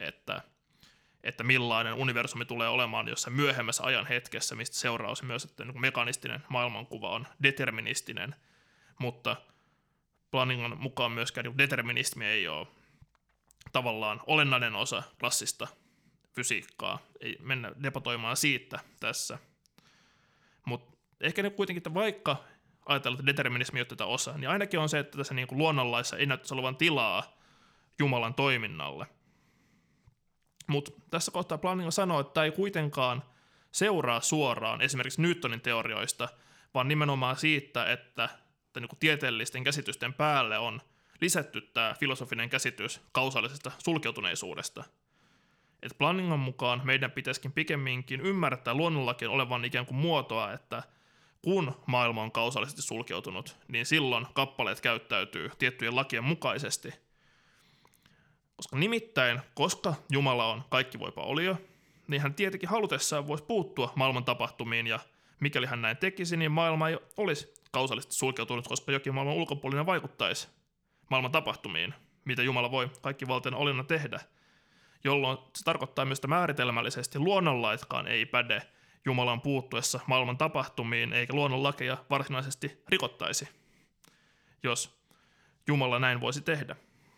S2: että millainen universumi tulee olemaan jossain myöhemmässä ajan hetkessä, mistä seuraus myös, että niin mekanistinen maailmankuva on deterministinen, mutta Plantingan mukaan myöskään determinismi ei ole tavallaan olennainen osa klassista fysiikkaa. Ei mennä debatoimaan siitä tässä. Mutta ehkä nyt kuitenkin, että vaikka ajatellaan, että determinismi ei tätä osaa, niin ainakin on se, että tässä niin kuin luonnonlaissa ei näyttäisi olevan tilaa Jumalan toiminnalle. Mutta tässä kohtaa Plantinga sanoo, että tämä ei kuitenkaan seuraa suoraan esimerkiksi Newtonin teorioista, vaan nimenomaan siitä, että niin kuin tieteellisten käsitysten päälle on lisätty tämä filosofinen käsitys kausaalisesta sulkeutuneisuudesta. Et Plantingan mukaan meidän pitäisikin pikemminkin ymmärtää luonnonlakien olevan ikään kuin muotoa, että kun maailma on kausaalisesti sulkeutunut, niin silloin kappaleet käyttäytyy tiettyjen lakien mukaisesti. Koska Jumala on kaikkivoipa olio, niin hän tietenkin halutessaan voisi puuttua maailman tapahtumiin, ja mikäli hän näin tekisi, niin maailma ei olisi kausaalisesti sulkeutunut, koska jokin maailman ulkopuolinen vaikuttaisi maailman tapahtumiin, mitä Jumala voi kaikkivaltiana oliona tehdä, jolloin se tarkoittaa myös, että määritelmällisesti luonnonlaitkaan ei päde Jumalan puuttuessa maailman tapahtumiin, eikä luonnonlakeja varsinaisesti rikottaisi, jos Jumala näin voisi tehdä.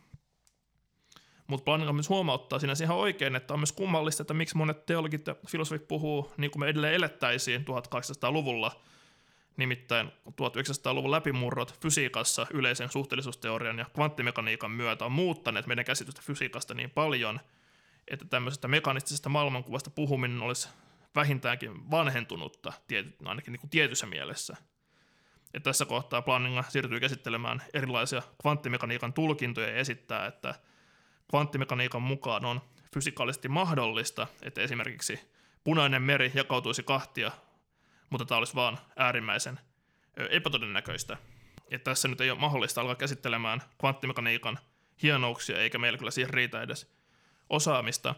S2: Mutta Plantinga myös huomauttaa siinä ihan oikein, että on myös kummallista, että miksi monet teologit ja filosofit puhuu niin kuin me edelleen elettäisiin 1800-luvulla, nimittäin 1900-luvun läpimurrot fysiikassa yleisen suhteellisuusteorian ja kvanttimekaniikan myötä on muuttaneet meidän käsitystä fysiikasta niin paljon, että tämmöisestä mekanistisesta maailmankuvasta puhuminen olisi vähintäänkin vanhentunutta, ainakin niin kuin tietyssä mielessä. Ja tässä kohtaa Plantinga siirtyy käsittelemään erilaisia kvanttimekaniikan tulkintoja ja esittää, että kvanttimekaniikan mukaan on fysikaalisesti mahdollista, että esimerkiksi punainen meri jakautuisi kahtia, mutta tämä olisi vaan äärimmäisen epätodennäköistä. Ja tässä nyt ei ole mahdollista alkaa käsittelemään kvanttimekaniikan hienouksia, eikä meillä kyllä siihen riitä edes osaamista.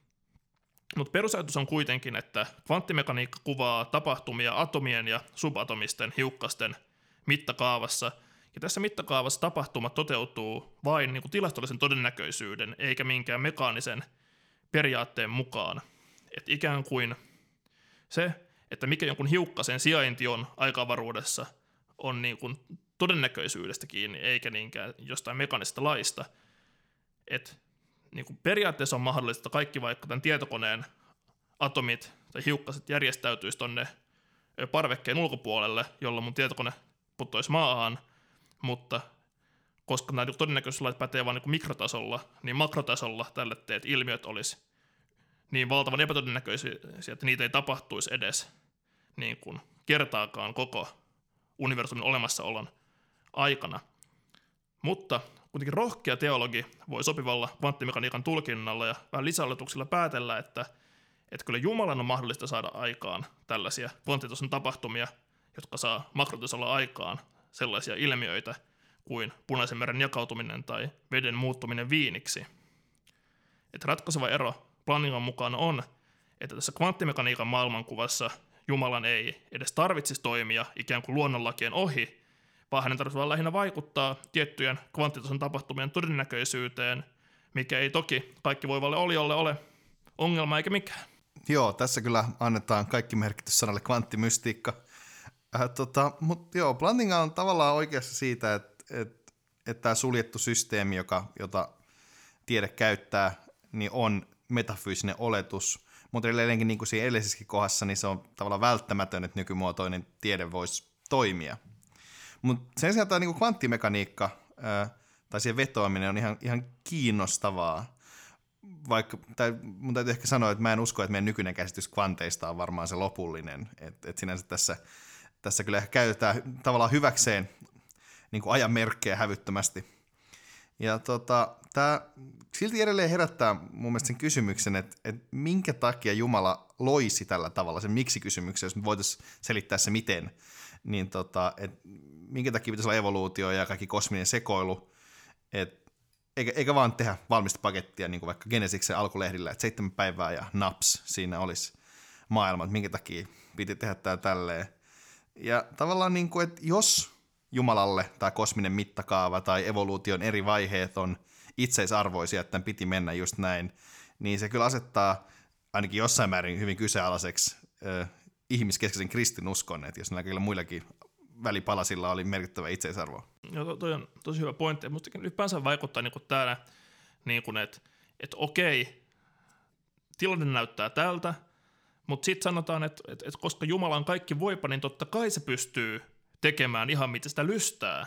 S2: Mutta perusajatus on kuitenkin, että kvanttimekaniikka kuvaa tapahtumia atomien ja subatomisten hiukkasten mittakaavassa, ja tässä mittakaavassa tapahtumat toteutuu vain niin kuin tilastollisen todennäköisyyden, eikä minkään mekaanisen periaatteen mukaan. Et ikään kuin se, että mikä jonkun hiukkasen sijainti on aikavaruudessa, on niin kuin todennäköisyydestä kiinni, eikä niinkään jostain mekaanisesta laista. Et niin kuin periaatteessa on mahdollista, että kaikki vaikka tämän tietokoneen atomit tai hiukkaset järjestäytyisi tonne parvekkeen ulkopuolelle, jolloin mun tietokone putoisi maahan, mutta koska nämä todennäköisyyslait pätee vain niin mikrotasolla, niin makrotasolla tälle teet ilmiöt olisi niin valtavan epätodennäköisiä, että niitä ei tapahtuisi edes niin kuin kertaakaan koko universumin olemassaolon aikana. Mutta kuitenkin rohkea teologi voi sopivalla kvanttimekaniikan tulkinnalla ja vähän lisäoletuksilla päätellä, että kyllä Jumalan on mahdollista saada aikaan tällaisia kvanttitason tapahtumia, jotka saa makrotasolla aikaan sellaisia ilmiöitä kuin Punaisen meren jakautuminen tai veden muuttuminen viiniksi. Et ratkaiseva ero Plantingan mukaan on, että tässä kvanttimekaniikan maailmankuvassa Jumalan ei edes tarvitsisi toimia ikään kuin luonnonlakien ohi, vaan hänen tarvitsee vaan lähinnä vaikuttaa tiettyjen kvanttitason tapahtumien todennäköisyyteen, mikä ei toki kaikki voivalle oliolle ole ongelma eikä mikään.
S1: Joo, tässä kyllä annetaan kaikki merkitys sanalle kvanttimystiikka. Mutta joo, Plantinga on tavallaan oikeassa siitä, että tämä suljettu systeemi, jota tiede käyttää, niin on metafyysinen oletus, mutta edelleenkin niin kuin siinä edellisessäkin kohdassa, niin se on tavallaan välttämätön, että nykymuotoinen tiede voisi toimia. Mutta sen sijaan tämä niin kuin kvanttimekaniikka tai siihen vetoaminen on ihan kiinnostavaa. Mun täytyy ehkä sanoa, että mä en usko, että meidän nykyinen käsitys kvanteista on varmaan se lopullinen. Et sinänsä tässä kyllä ehkä käytetään tavallaan hyväkseen niin kuin ajan merkkejä hävyttömästi. Ja tämä silti edelleen herättää mun mielestä sen kysymyksen, että minkä takia Jumala loisi tällä tavalla, sen miksi-kysymyksen, jos me voitaisiin selittää se miten, niin että minkä takia pitäisi olla evoluutio ja kaikki kosminen sekoilu, eikä vaan tehdä valmista pakettia, niin kuin vaikka Genesiksen alkulehdillä, että 7 päivää ja naps, siinä olisi maailma, että minkä takia piti tehdä tämä tälleen. Ja tavallaan, niin kuin, että jos Jumalalle tämä kosminen mittakaava tai evoluution eri vaiheet on itseisarvoisia, että tämän piti mennä just näin, niin se kyllä asettaa ainakin jossain määrin hyvin kyseenalaiseksi ihmiskeskeisen kristinuskon, että jos näillä muillakin välipalasilla oli merkittävä itseisarvo.
S2: Joo, toi on tosi hyvä pointti. Musta ylipäänsä vaikuttaa niin täällä, niin että okei, tilanne näyttää tältä, mutta sitten sanotaan, että koska Jumala on kaikki voipa, niin totta kai se pystyy tekemään ihan mitä sitä lystää.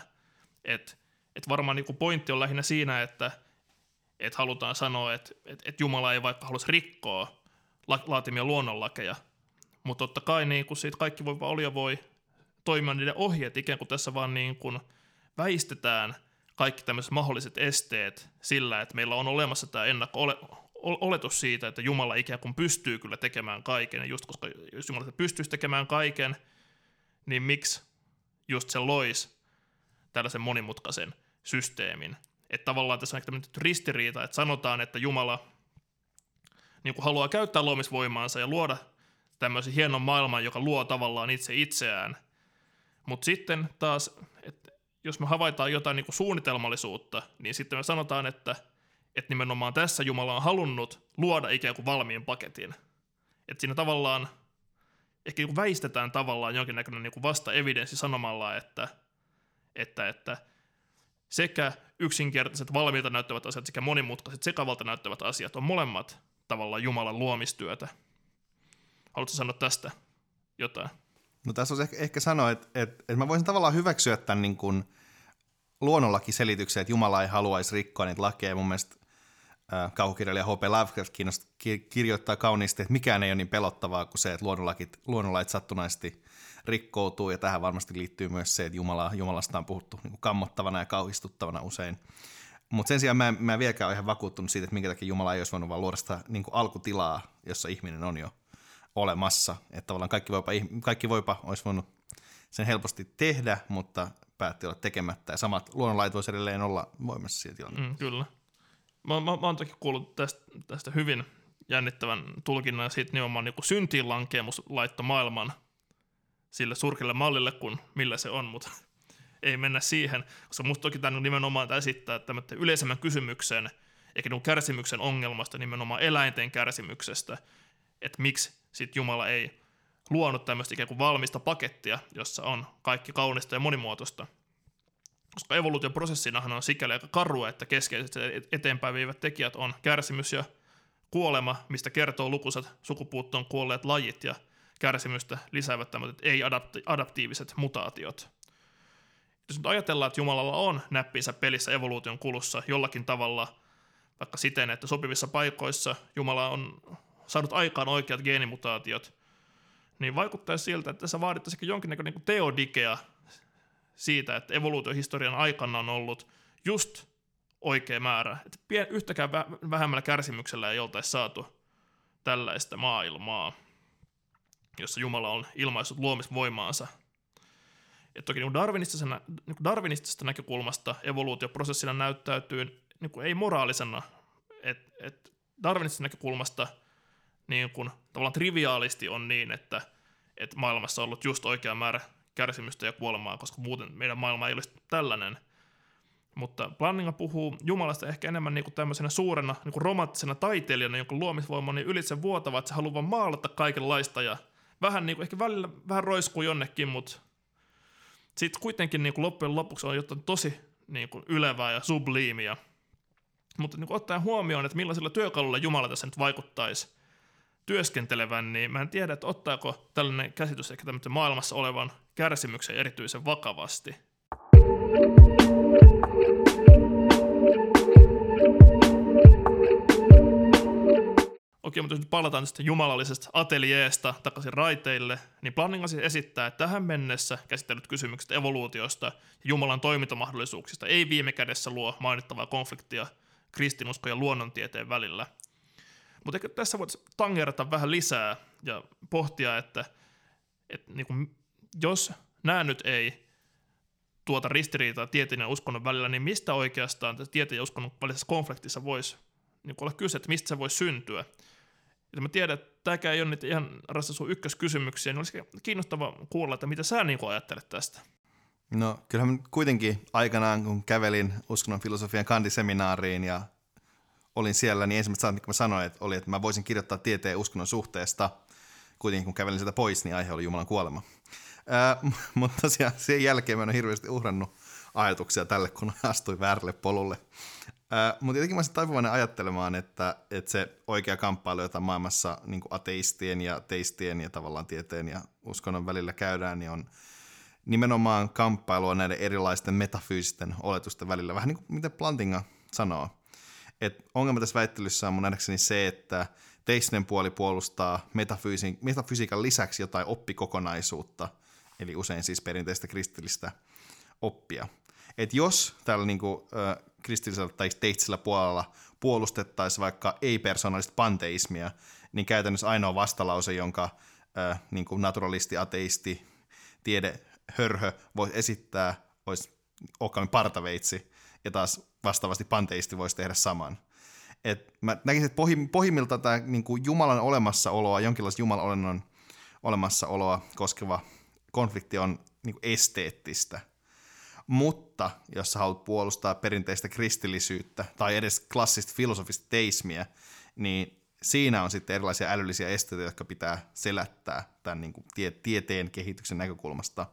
S2: Et varmaan niin kuin pointti on lähinnä siinä, että halutaan sanoa, että Jumala ei vaikka halus rikkoa laatimia luonnonlakeja, mutta totta kai niin kuin siitä kaikki voiva olija voi toimia niiden ohi, että ikään kuin tässä vaan niin kuin väistetään kaikki tämmöiset mahdolliset esteet sillä, että meillä on olemassa tämä ennakko-oletus siitä, että Jumala ikään kuin pystyy kyllä tekemään kaiken, ja just koska jos Jumala pystyisi tekemään kaiken, niin miksi just se loisi tällaisen monimutkaisen systeemin. Että tavallaan tässä on tämmöinen ristiriita, että sanotaan, että Jumala niin kuin haluaa käyttää luomisvoimaansa ja luoda tämmöisen hienon maailman, joka luo tavallaan itse itseään. Mutta sitten taas, että jos me havaitaan jotain niin kuin suunnitelmallisuutta, niin sitten me sanotaan, että nimenomaan tässä Jumala on halunnut luoda ikään kuin valmiin paketin. Että siinä tavallaan ehkä niin kuin väistetään tavallaan jonkinnäköinen niin kuin vasta-evidenssi sanomalla, että sekä yksinkertaiset valmiilta näyttävät asiat sekä monimutkaiset sekavalta näyttävät asiat on molemmat tavallaan Jumalan luomistyötä. Haluatko sanoa tästä jotain?
S1: No tässä on ehkä sanoa, että mä voisin tavallaan hyväksyä tämän niin kuin luonnonlakiselityksen, että Jumala ei haluaisi rikkoa niitä lakeja. Mun mielestä kauhukirjailija H.P. Lovecraft kirjoittaa kauniisti, että mikään ei ole niin pelottavaa kuin se, että luonnonlait sattunaisesti rikkoutuu, ja tähän varmasti liittyy myös se, että Jumalasta on puhuttu niin kuin kammottavana ja kauhistuttavana usein. Mutta sen sijaan mä en vieläkään ole ihan vakuuttunut siitä, että minkä takia Jumala ei olisi voinut vaan luoda sitä niin kuin alkutilaa, jossa ihminen on jo olemassa. Että tavallaan kaikki voipa olisi voinut sen helposti tehdä, mutta päätti olla tekemättä. Ja samat luonnonlait voisi edelleen olla voimassa siinä tilanteessa.
S2: Kyllä. Mä oon toki kuullut tästä hyvin jännittävän tulkinnan, ja siitä nimenomaan niin syntiin lankeemus laittoi maailman sille surkille mallille, kuin millä se on, mutta ei mennä siihen, koska musta toki tämä nimenomaan esittää tämmöinen yleisemmän kysymyksen, eikä niin kärsimyksen ongelmasta, nimenomaan eläinten kärsimyksestä, että miksi sitten Jumala ei luonut tämmöistä ikään kuin valmista pakettia, jossa on kaikki kaunista ja monimuotoista. Koska evoluutioprosessinahan on sikäli aika karua, että keskeiset eteenpäin viivät tekijät on kärsimys ja kuolema, mistä kertoo lukuisat sukupuuttoon kuolleet lajit, ja kärsimystä lisäävät tämmöiset ei-adaptiiviset mutaatiot. Jos nyt ajatellaan, että Jumalalla on näppinsä pelissä evoluution kulussa jollakin tavalla, vaikka siten, että sopivissa paikoissa Jumala on saanut aikaan oikeat geenimutaatiot, niin vaikuttaisi siltä, että tässä vaadittaisiin jonkinnäköinen niin teodikea siitä, että evoluutiohistorian aikana on ollut just oikea määrä. Että yhtäkään vähemmällä kärsimyksellä ei oltaisi saatu tällaista maailmaa, jossa Jumala on ilmaissut luomisvoimaansa. Et toki darwinistisesta näkökulmasta evoluutioprosessina näyttäytyy ei moraalisena. Darwinistisesta näkökulmasta tavallaan triviaalisti on niin, että maailmassa on ollut just oikea määrä kärsimystä ja kuolemaa, koska muuten meidän maailma ei olisi tällainen. Mutta Plantinga puhuu Jumalasta ehkä enemmän tämmöisenä suurena romanttisena taiteilijana, jonka luomisvoima on niin ylitse vuotava, että se haluaa vaan maalata kaikenlaista ja vähän ehkä välillä vähän roiskuu jonnekin, mutta sitten kuitenkin loppujen lopuksi on jotain tosi ylevää ja subliimia. Mutta ottaen huomioon, että millaisilla työkaluilla Jumala tässä nyt vaikuttaisi työskentelevän, niin mä en tiedä, että ottaako tällainen käsitys ehkä tämmöisen maailmassa olevan kärsimyksen erityisen vakavasti. Okei, mutta jos nyt palataan tästä jumalallisesta ateljeesta takaisin raiteille, niin Plantinga siis esittää, että tähän mennessä käsitellyt kysymykset evoluutiosta ja Jumalan toimintamahdollisuuksista ei viime kädessä luo mainittavaa konfliktia kristinuskon ja luonnontieteen välillä. Mutta ehkä tässä voitaisiin tangerata vähän lisää ja pohtia, että jos nämä nyt ei tuota ristiriitaa tieteen ja uskonnon välillä, niin mistä oikeastaan tieteen ja uskonnon välisessä konfliktissa voisi olla kyse, että mistä se voisi syntyä. Ja mä tiedän, että tämäkään ei ole niitä ihan rasta sun ykköskysymyksiä, niin olisi kiinnostava kuulla, että mitä sä ajattelet tästä.
S1: No kyllähän kuitenkin aikanaan, kun kävelin uskonnon filosofian kandiseminaariin ja olin siellä, niin ensimmäistä sanat, mikä mä sanoin, että mä voisin kirjoittaa tieteen ja uskonnon suhteesta. Kuitenkin kun kävelin sieltä pois, niin aihe oli Jumalan kuolema. Mutta tosiaan sen jälkeen mä en ole hirveästi uhrannut ajatuksia tälle, kun astuin väärälle polulle. Mutta jotenkin mä olisin taipuvainen ajattelemaan, että se oikea kamppailu, jota maailmassa niin kuin ateistien ja teistien ja tavallaan tieteen ja uskonnon välillä käydään, niin on nimenomaan kamppailua näiden erilaisten metafyysisten oletusten välillä, vähän niin kuin mitä Plantinga sanoo. Et ongelma tässä väittelyssä on mun nähdäkseni se, että teistinen puoli puolustaa metafysiikan lisäksi jotain oppikokonaisuutta, eli usein siis perinteistä kristillistä oppia. Et jos tällä niinku, kristillisellä tai teistisellä puolella puolustettaisiin vaikka ei-persoonallista panteismia, niin käytännössä ainoa vastalause, jonka niinku naturalisti, ateisti, tiedehörhö voisi esittää, olisi Occami partaveitsi, ja taas vastaavasti panteisti voisi tehdä saman. Et mä näkisin, että pohjimmiltaan tämä niinku Jumalan olemassaoloa, jonkinlaista Jumalan olemassaoloa koskeva konflikti on niinku esteettistä. Mutta jos sä haluat puolustaa perinteistä kristillisyyttä tai edes klassista filosofista teismiä, niin siinä on sitten erilaisia älyllisiä esteitä, jotka pitää selättää tämän niin kuin tieteen kehityksen näkökulmasta.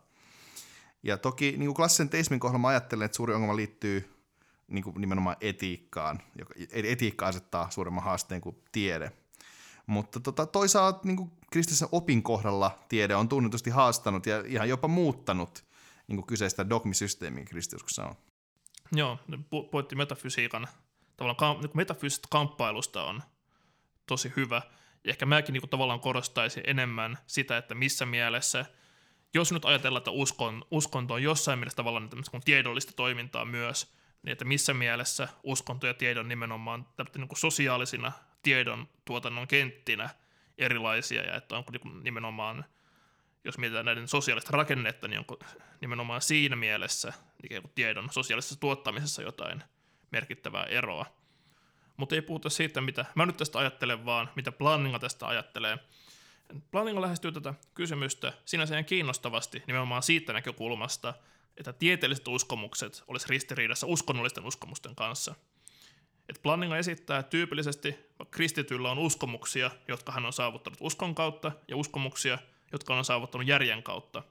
S1: Ja toki niin kuin klassisen teismin kohdalla mä ajattelen, että suuri ongelma liittyy niin kuin nimenomaan etiikkaan. Etiikka asettaa suuremman haasteen kuin tiede. Mutta toisaalta niin kuin kristillisen opin kohdalla tiede on tunnetusti haastanut ja ihan jopa muuttanut niin kuin kyseistä dogmisysteemiä kristiuskossa on.
S2: Joo, pointti metafysiikan, tavallaan niin metafyysistä kamppailusta on tosi hyvä. Ja ehkä mäkin niin kuin tavallaan korostaisin enemmän sitä, että missä mielessä, jos nyt ajatellaan, että uskonto on jossain mielessä tavallaan kuin tiedollista toimintaa myös, niin että missä mielessä uskonto ja tiedon nimenomaan niin kuin sosiaalisina tiedon tuotannon kenttinä erilaisia, ja että onko niin kuin nimenomaan, jos mietitään näiden sosiaalista rakennetta, niin onko nimenomaan siinä mielessä niin kuin tiedon sosiaalisessa tuottamisessa jotain merkittävää eroa. Mutta ei puhuta siitä, mitä mä nyt tästä ajattelen, vaan mitä Plantinga tästä ajattelee. Plantinga lähestyy tätä kysymystä sinänsä ihan kiinnostavasti nimenomaan siitä näkökulmasta, että tieteelliset uskomukset olisi ristiriidassa uskonnollisten uskomusten kanssa. Et Plantinga esittää, että tyypillisesti kristityllä on uskomuksia, jotka hän on saavuttanut uskon kautta, ja uskomuksia, jotka on saavuttanut järjen kautta.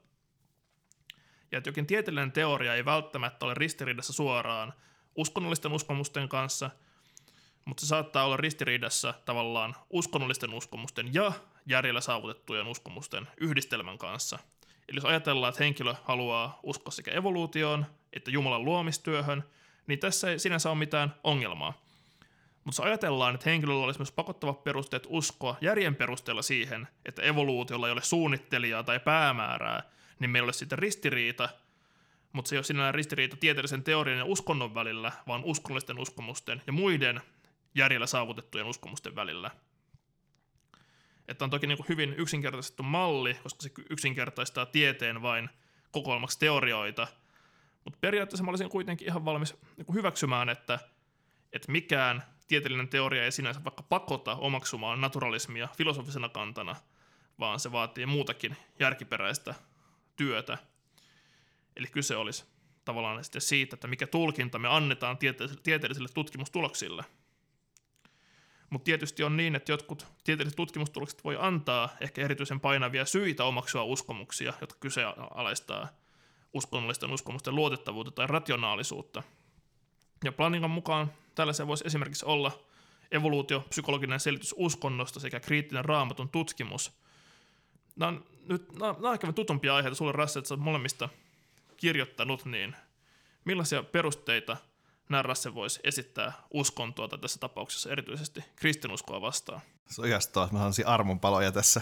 S2: Ja että jokin tieteellinen teoria ei välttämättä ole ristiriidassa suoraan uskonnollisten uskomusten kanssa, mutta se saattaa olla ristiriidassa tavallaan uskonnollisten uskomusten ja järjellä saavutettujen uskomusten yhdistelmän kanssa. Eli jos ajatellaan, että henkilö haluaa uskoa sekä evoluutioon että Jumalan luomistyöhön, niin tässä ei sinänsä ole mitään ongelmaa. Mutta jos ajatellaan, että henkilöllä olisi myös pakottavat perusteet uskoa järjen perusteella siihen, että evoluutiolla ei ole suunnittelijaa tai päämäärää, niin meillä olisi sitten ristiriita, mutta se ei ole sinällään ristiriita tieteellisen teorian ja uskonnon välillä, vaan uskonnollisten uskomusten ja muiden järjellä saavutettujen uskomusten välillä. Että on toki niin kuin hyvin yksinkertaistettu malli, koska se yksinkertaistaa tieteen vain kokoelmaksi teorioita, mutta periaatteessa mä olisin kuitenkin ihan valmis niin kuin hyväksymään, että mikään tieteellinen teoria ei sinänsä vaikka pakota omaksumaan naturalismia filosofisena kantana, vaan se vaatii muutakin järkiperäistä työtä. Eli kyse olisi tavallaan sitten siitä, että mikä tulkinta me annetaan tieteellisille tutkimustuloksille. Mutta tietysti on niin, että jotkut tieteelliset tutkimustulokset voi antaa ehkä erityisen painavia syitä omaksua uskomuksia, jotka kyseenalaistaa uskonnollisten uskomusten luotettavuutta tai rationaalisuutta. Ja Plantingan mukaan tällaisia voisi esimerkiksi olla evoluutiopsykologinen selitys uskonnosta sekä kriittinen raamatun tutkimus. Nämä on ehkä tutumpia aiheita sulle, Rasse, että sä oot molemmista kirjoittanut, niin millaisia perusteita nämä Rasse voisi esittää uskontoa tai tässä tapauksessa erityisesti kristinuskoa vastaan?
S1: Se on ihastaa, että mä sanoisin armonpaloja tässä.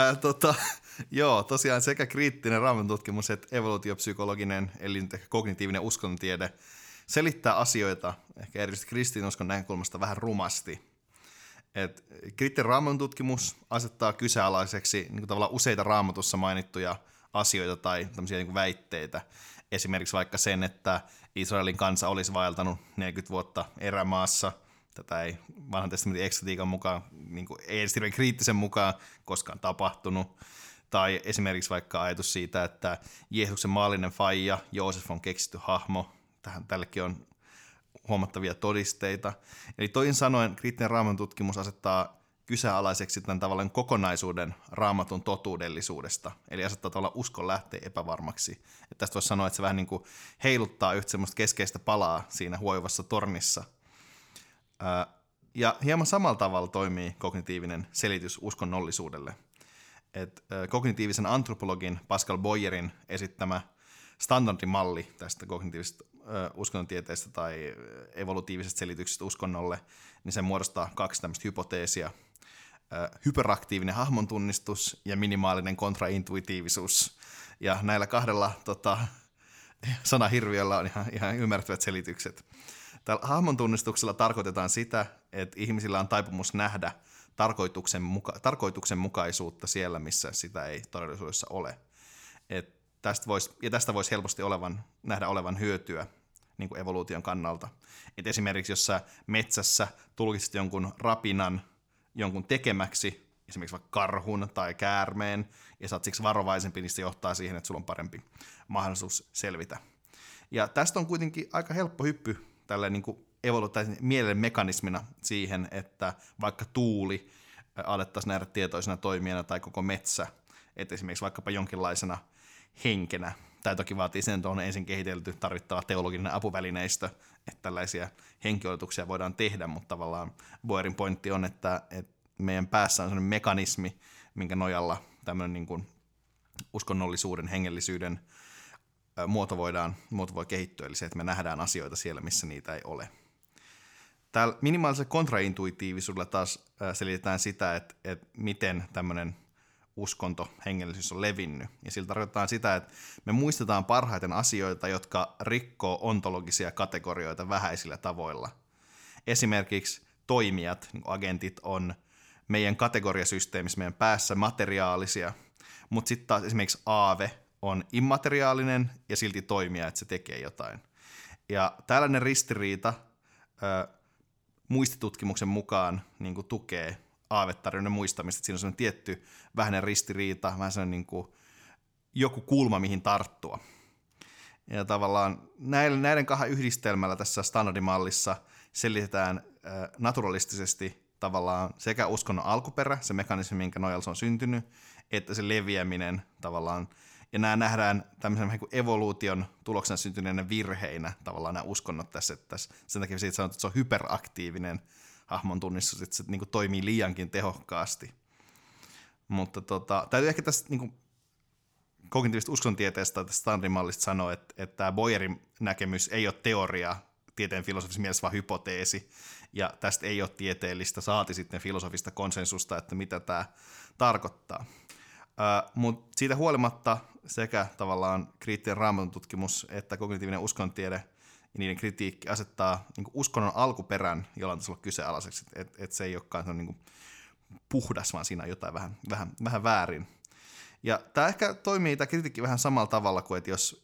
S1: Joo, tosiaan sekä kriittinen raamatun tutkimus että evoluutiopsykologinen eli kognitiivinen uskonnontiede selittää asioita ehkä erityisesti kristinuskon näkökulmasta vähän rumasti. Kriittinen raamatun tutkimus asettaa kyseenalaiseksi niin tavallaan useita raamatussa mainittuja asioita tai tämmöisiä niin väitteitä. Esimerkiksi vaikka sen, että Israelin kansa olisi vaeltanut 40 vuotta erämaassa. Tätä ei vanhan testamentin eksegetiikan mukaan, niin kuin ei edes kriittisen mukaan koskaan tapahtunut. Tai esimerkiksi vaikka ajatus siitä, että Jeesuksen maallinen faija, Joosef on keksitty hahmo. Tällekin on huomattavia todisteita. Eli toisin sanoen kriittinen raamatun tutkimus asettaa kyseenalaiseksi tämän tavallaan kokonaisuuden raamatun totuudellisuudesta. Eli asettaa tavallaan uskon lähteen epävarmaksi. Et tästä voisi sanoa, että se vähän niin kuin heiluttaa yhtä semmoista keskeistä palaa siinä huojuvassa tornissa. Ja hieman samalla tavalla toimii kognitiivinen selitys uskonnollisuudelle. Kognitiivisen antropologin Pascal Boyerin esittämä standardimalli tästä kognitiivisesta uskonnontieteestä tai evolutiivisesta selityksestä uskonnolle, niin se muodostaa 2 tämmöistä hypoteesia. Hyperaktiivinen hahmontunnistus ja minimaalinen kontraintuitiivisuus. Ja näillä 2 sanahirviöllä on ihan ymmärrettävät selitykset. Tällä hahmontunnistuksella tarkoitetaan sitä, että ihmisillä on taipumus nähdä tarkoituksenmukaisuutta siellä, missä sitä ei todellisuudessa ole. Tästä voisi helposti nähdä olevan hyötyä niin kuin evoluution kannalta. Et esimerkiksi jos sä metsässä tulkitset jonkun rapinan jonkun tekemäksi, esimerkiksi vaikka karhun tai käärmeen, ja sä oot siksi varovaisempi, niin se johtaa siihen, että sulla on parempi mahdollisuus selvitä. Ja tästä on kuitenkin aika helppo hyppy tälleen niin kuin mielen mekanismina siihen, että vaikka tuuli alettaisiin nähdä tietoisena toimijana tai koko metsä, että esimerkiksi vaikkapa jonkinlaisena henkenä. Tämä toki vaatii sen, että on ensin kehitelty tarvittava teologinen apuvälineistö, että tällaisia henkioletuksia voidaan tehdä, mutta tavallaan Boerin pointti on, että meidän päässä on sellainen mekanismi, minkä nojalla tämmöinen niin kuin uskonnollisuuden, hengellisyyden muoto voi kehittyä, eli se, että me nähdään asioita siellä, missä niitä ei ole. Täällä minimaalisella kontraintuitiivisuudella taas selitetään sitä, että miten tämmöinen uskonto, hengellisyys on levinnyt. Ja sillä tarkoitetaan sitä, että me muistetaan parhaiten asioita, jotka rikkoo ontologisia kategorioita vähäisillä tavoilla. Esimerkiksi toimijat, niin kuin agentit, on meidän kategoriasysteemissä meidän päässä materiaalisia, mutta sitten taas esimerkiksi aave on immateriaalinen ja silti toimia, että se tekee jotain. Ja tällainen ristiriita muistitutkimuksen mukaan niin kuin tukee aavetarinoiden muistamista, että siinä on sellainen tietty vähäinen ristiriita, vähän sellainen niin kuin joku kulma, mihin tarttua. Ja tavallaan näiden 2 yhdistelmällä tässä standardimallissa selitetään naturalistisesti tavallaan sekä uskonnon alkuperä, se mekanismi, minkä nojalla se on syntynyt, että se leviäminen tavallaan. Ja nämä nähdään tämmöisen vähän kuin evoluution tuloksena syntyneenä virheinä, tavallaan nämä uskonnot tässä. Sen takia siitä sanotaan, että se on hyperaktiivinen hahmon tunnistus, että se niin kuin toimii liiankin tehokkaasti. Mutta täytyy ehkä tästä niin kuin kognitiivisesta uskonnontieteestä tästä standardimallista sanoa, että tämä Boyerin näkemys ei ole teoria tieteen filosofisessa mielessä, vaan hypoteesi. Ja tästä ei ole tieteellistä, saati sitten filosofista konsensusta, että mitä tämä tarkoittaa. Mutta siitä huolimatta sekä tavallaan kriittinen Raamatun tutkimus että kognitiivinen uskonnontiede ja niiden kritiikki asettaa niin kuin uskonnon alkuperän jollain tasolla kyseenalaiseksi, että se ei olekaan niin kuin puhdas, vaan siinä on jotain vähän väärin. Ja tämä ehkä toimii, tämä kritiikki vähän samalla tavalla kuin, että jos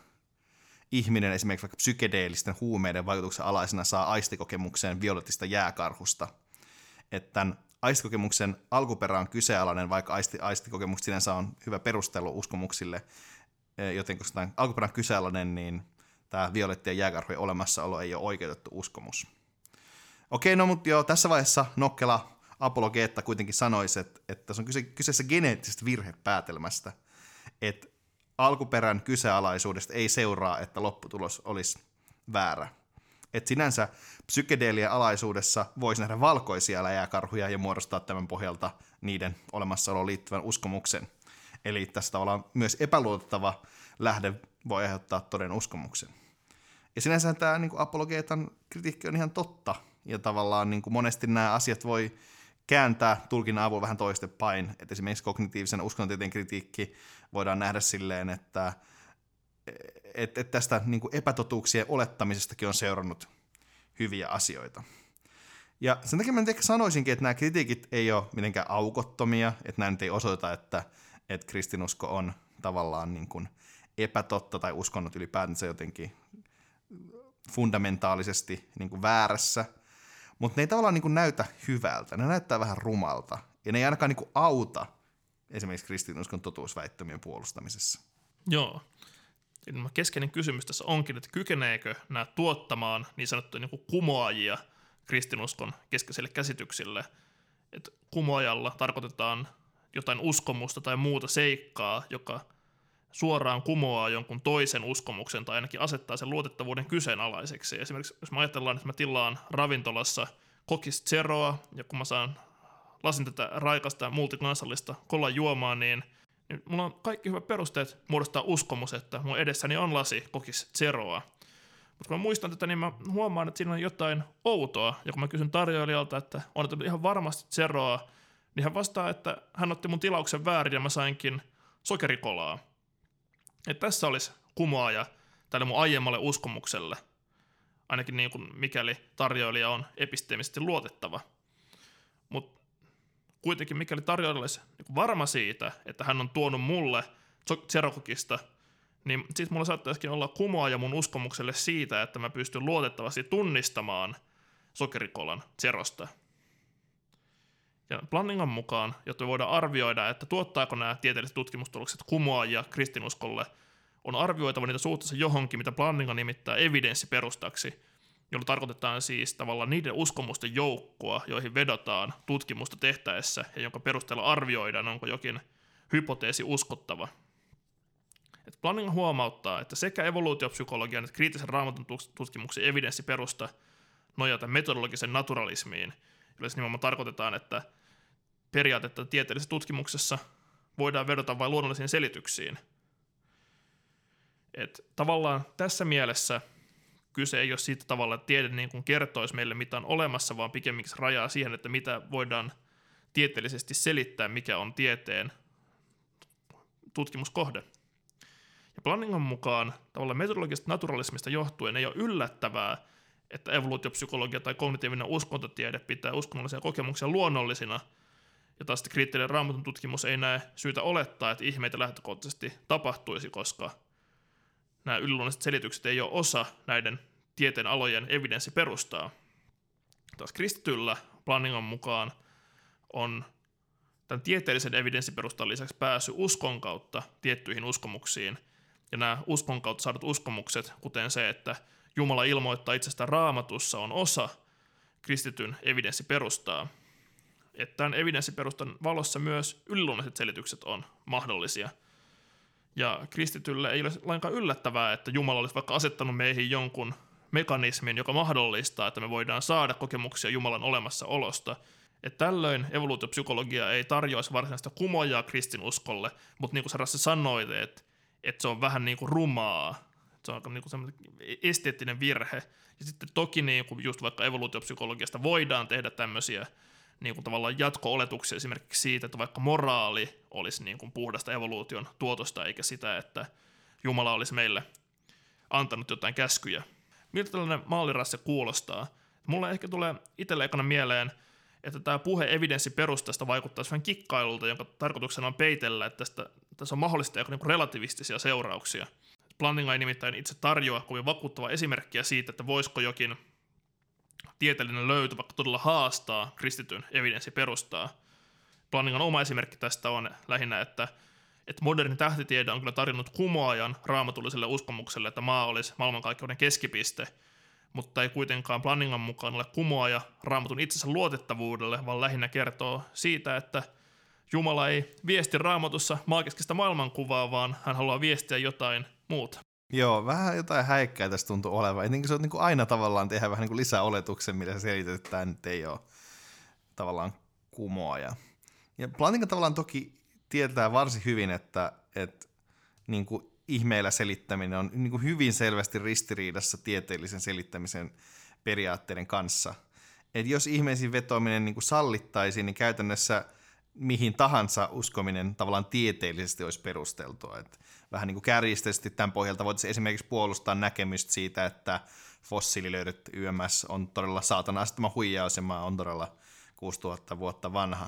S1: ihminen esimerkiksi vaikka psykedeellisten huumeiden vaikutuksen alaisena saa aistikokemuksen violettista jääkarhusta, että tämän aistikokemuksen alkuperä on kyseenalainen, vaikka aistikokemukset sinänsä on hyvä perustelu uskomuksille, joten koska tämä alkuperä on kyseenalainen, niin tämä violettien jääkarhujen olemassaolo ei ole oikeutettu uskomus. Okei, no mutta joo, tässä vaiheessa nokkela apologeetta kuitenkin sanoisi, että tässä on kyseessä geneettisestä virhepäätelmästä, että alkuperän kyseenalaisuudesta ei seuraa, että lopputulos olisi väärä. Että sinänsä psykedeelien alaisuudessa voisi nähdä valkoisia jääkarhuja ja muodostaa tämän pohjalta niiden olemassaoloon liittyvän uskomuksen. Eli tässä tavallaan myös epäluotettava lähde voi aiheuttaa toden uskomuksen. Ja sinänsä tämä niin kuin apologeetan kritiikki on ihan totta. Ja tavallaan niin kuin monesti nämä asiat voi kääntää tulkinnan avulla vähän toistepäin. Että esimerkiksi kognitiivisen uskonnontieteen kritiikki voidaan nähdä silleen, että tästä niin kuin epätotuuksien olettamisestakin on seurannut hyviä asioita. Ja sen takia mä nyt ehkä sanoisinkin, että nämä kritiikit ei ole mitenkään aukottomia, että nämä nyt ei osoita, että kristinusko on tavallaan niin kuin epätotta tai uskonnot ylipäätänsä jotenkin fundamentaalisesti niin kuin väärässä, mutta ne ei tavallaan niin kuin näytä hyvältä, ne näyttää vähän rumalta, ja ne ei ainakaan niin kuin auta esimerkiksi kristinuskon totuusväittämien puolustamisessa.
S2: Joo. Keskeinen kysymys tässä onkin, että kykeneekö nämä tuottamaan niin sanottuja niin kuin kumoajia kristinuskon keskeisille käsityksille. Että kumoajalla tarkoitetaan jotain uskomusta tai muuta seikkaa, joka suoraan kumoaa jonkun toisen uskomuksen tai ainakin asettaa sen luotettavuuden kyseenalaiseksi. Esimerkiksi jos me ajatellaan, että mä tilaan ravintolassa kokis zeroa, ja kun mä saan lasin tätä raikasta multikansallista kolan juomaa, niin niin mulla on kaikki hyvät perusteet muodostaa uskomus, että mun edessäni on lasi kokis zeroa. Mutta kun mä muistan tätä, niin mä huomaan, että siinä on jotain outoa. Ja kun mä kysyn tarjoilijalta, että on ihan varmasti zeroa, niin hän vastaa, että hän otti mun tilauksen väärin ja mä sainkin sokerikolaa. Että tässä olisi kumoaja tälle mun aiemmalle uskomukselle. Ainakin niin kuin mikäli tarjoilija on episteemisesti luotettava. Mutta kuitenkin mikäli tarjoilija olisi niin varma siitä, että hän on tuonut mulle zerokokista, niin sit mulla saattaisikin olla kumoaja mun uskomukselle siitä, että mä pystyn luotettavasti tunnistamaan sokerikolan zerosta. Ja Plantingan mukaan, jotta voidaan arvioida, että tuottaako nämä tieteelliset tutkimustulokset kumoajia kristinuskolle, on arvioitava niitä suhteessa johonkin, mitä Plantinga nimittää evidenssiperustaksi, jolla tarkoitetaan siis tavallaan niiden uskomusten joukkoa, joihin vedotaan tutkimusta tehtäessä ja jonka perusteella arvioidaan, onko jokin hypoteesi uskottava. Et Plantinga huomauttaa, että sekä evoluutiopsykologian että kriittisen raamatun tutkimuksen evidenssiperusta nojata metodologisen naturalismiin, jolla nimenomaan tarkoitetaan, että periaatetta tieteellisessä tutkimuksessa voidaan vedota vain luonnollisiin selityksiin. Et tavallaan tässä mielessä kyse ei ole siitä tavalla, että tiede niin kuin kertoisi meille, mitä on olemassa, vaan pikemminkin rajaa siihen, että mitä voidaan tieteellisesti selittää, mikä on tieteen tutkimuskohde. Ja Plantingan mukaan tavallaan metodologisesta naturalismista johtuen ei ole yllättävää, että evoluutiopsykologia tai kognitiivinen uskontotiede pitää uskonnollisia kokemuksia luonnollisina, ja taas kriittinen raamatun tutkimus ei näe syytä olettaa, että ihmeitä lähtökohtaisesti tapahtuisi, koska nämä yliluonnolliset selitykset ei ole osa näiden tieteen alojen evidenssiperustaa. Taas kristityllä Plantingan mukaan on tämän tieteellisen evidenssiperustan lisäksi pääsy uskon kautta tiettyihin uskomuksiin, ja nämä uskon kautta saadut uskomukset, kuten se, että Jumala ilmoittaa itsestään Raamatussa, on osa kristityn evidenssiperustaa. Että tämän evidenssiperustan valossa myös yliluonnolliset selitykset on mahdollisia. Ja kristitylle ei ole lainkaan yllättävää, että Jumala olisi vaikka asettanut meihin jonkun mekanismin, joka mahdollistaa, että me voidaan saada kokemuksia Jumalan olemassaolosta. Että tällöin evoluutiopsykologia ei tarjoaisi varsinaista kumojaa kristinuskolle, mutta niin kuin sä Rasse sanoit, että se on vähän niin kuin rumaa. Se on niin kuin semmoinen esteettinen virhe. Ja sitten toki niin kuin just vaikka evoluutiopsykologiasta voidaan tehdä tämmöisiä niin kuin tavallaan jatko-oletuksia esimerkiksi siitä, että vaikka moraali olisi niin kuin puhdasta evoluution tuotosta, eikä sitä, että Jumala olisi meille antanut jotain käskyjä. Miltä tällainen mallirasse kuulostaa? Mulle ehkä tulee itselle ekana mieleen, että tämä puhe evidenssiperustasta vaikuttaisi vähän kikkailulta, jonka tarkoituksena on peitellä, että tässä on mahdollista joku niin relativistisia seurauksia. Plantinga ei nimittäin itse tarjoa kovin vakuuttavaa esimerkkiä siitä, että voisiko jokin tieteellinen löytö vaikka todella haastaa kristityn evidenssiperustaa. Plantingan oma esimerkki tästä on lähinnä, että moderni tähtitiede on kyllä tarjonnut kumoajan raamatulliselle uskomukselle, että maa olisi maailmankaikkeuden keskipiste, mutta ei kuitenkaan Plantingan mukaan ole kumoaja raamatun itsensä luotettavuudelle, vaan lähinnä kertoo siitä, että Jumala ei viesti raamatussa maagista maailmankuvaa, vaan hän haluaa viestiä jotain muuta.
S1: Joo, vähän jotain häikkää tässä tuntuu olevan. Etenkin se on niin kuin aina tavallaan tehdä vähän niin kuin lisää oletuksen, millä se selitetään, että tämä nyt ei ole tavallaan kumoaja. Ja Plantinga tavallaan toki tietää varsin hyvin, että niin kuin ihmeillä selittäminen on niin kuin hyvin selvästi ristiriidassa tieteellisen selittämisen periaatteiden kanssa. Et jos ihmeisiin vetoaminen niin kuin sallittaisiin, niin käytännössä mihin tahansa uskominen tavallaan tieteellisesti olisi perusteltua. Et vähän niin kuin kärjisteisesti tämän pohjalta voitaisiin esimerkiksi puolustaa näkemystä siitä, että fossiililöydöt YMS on todella saatana asettama huijaus ja maa on todella 6000 vuotta vanha.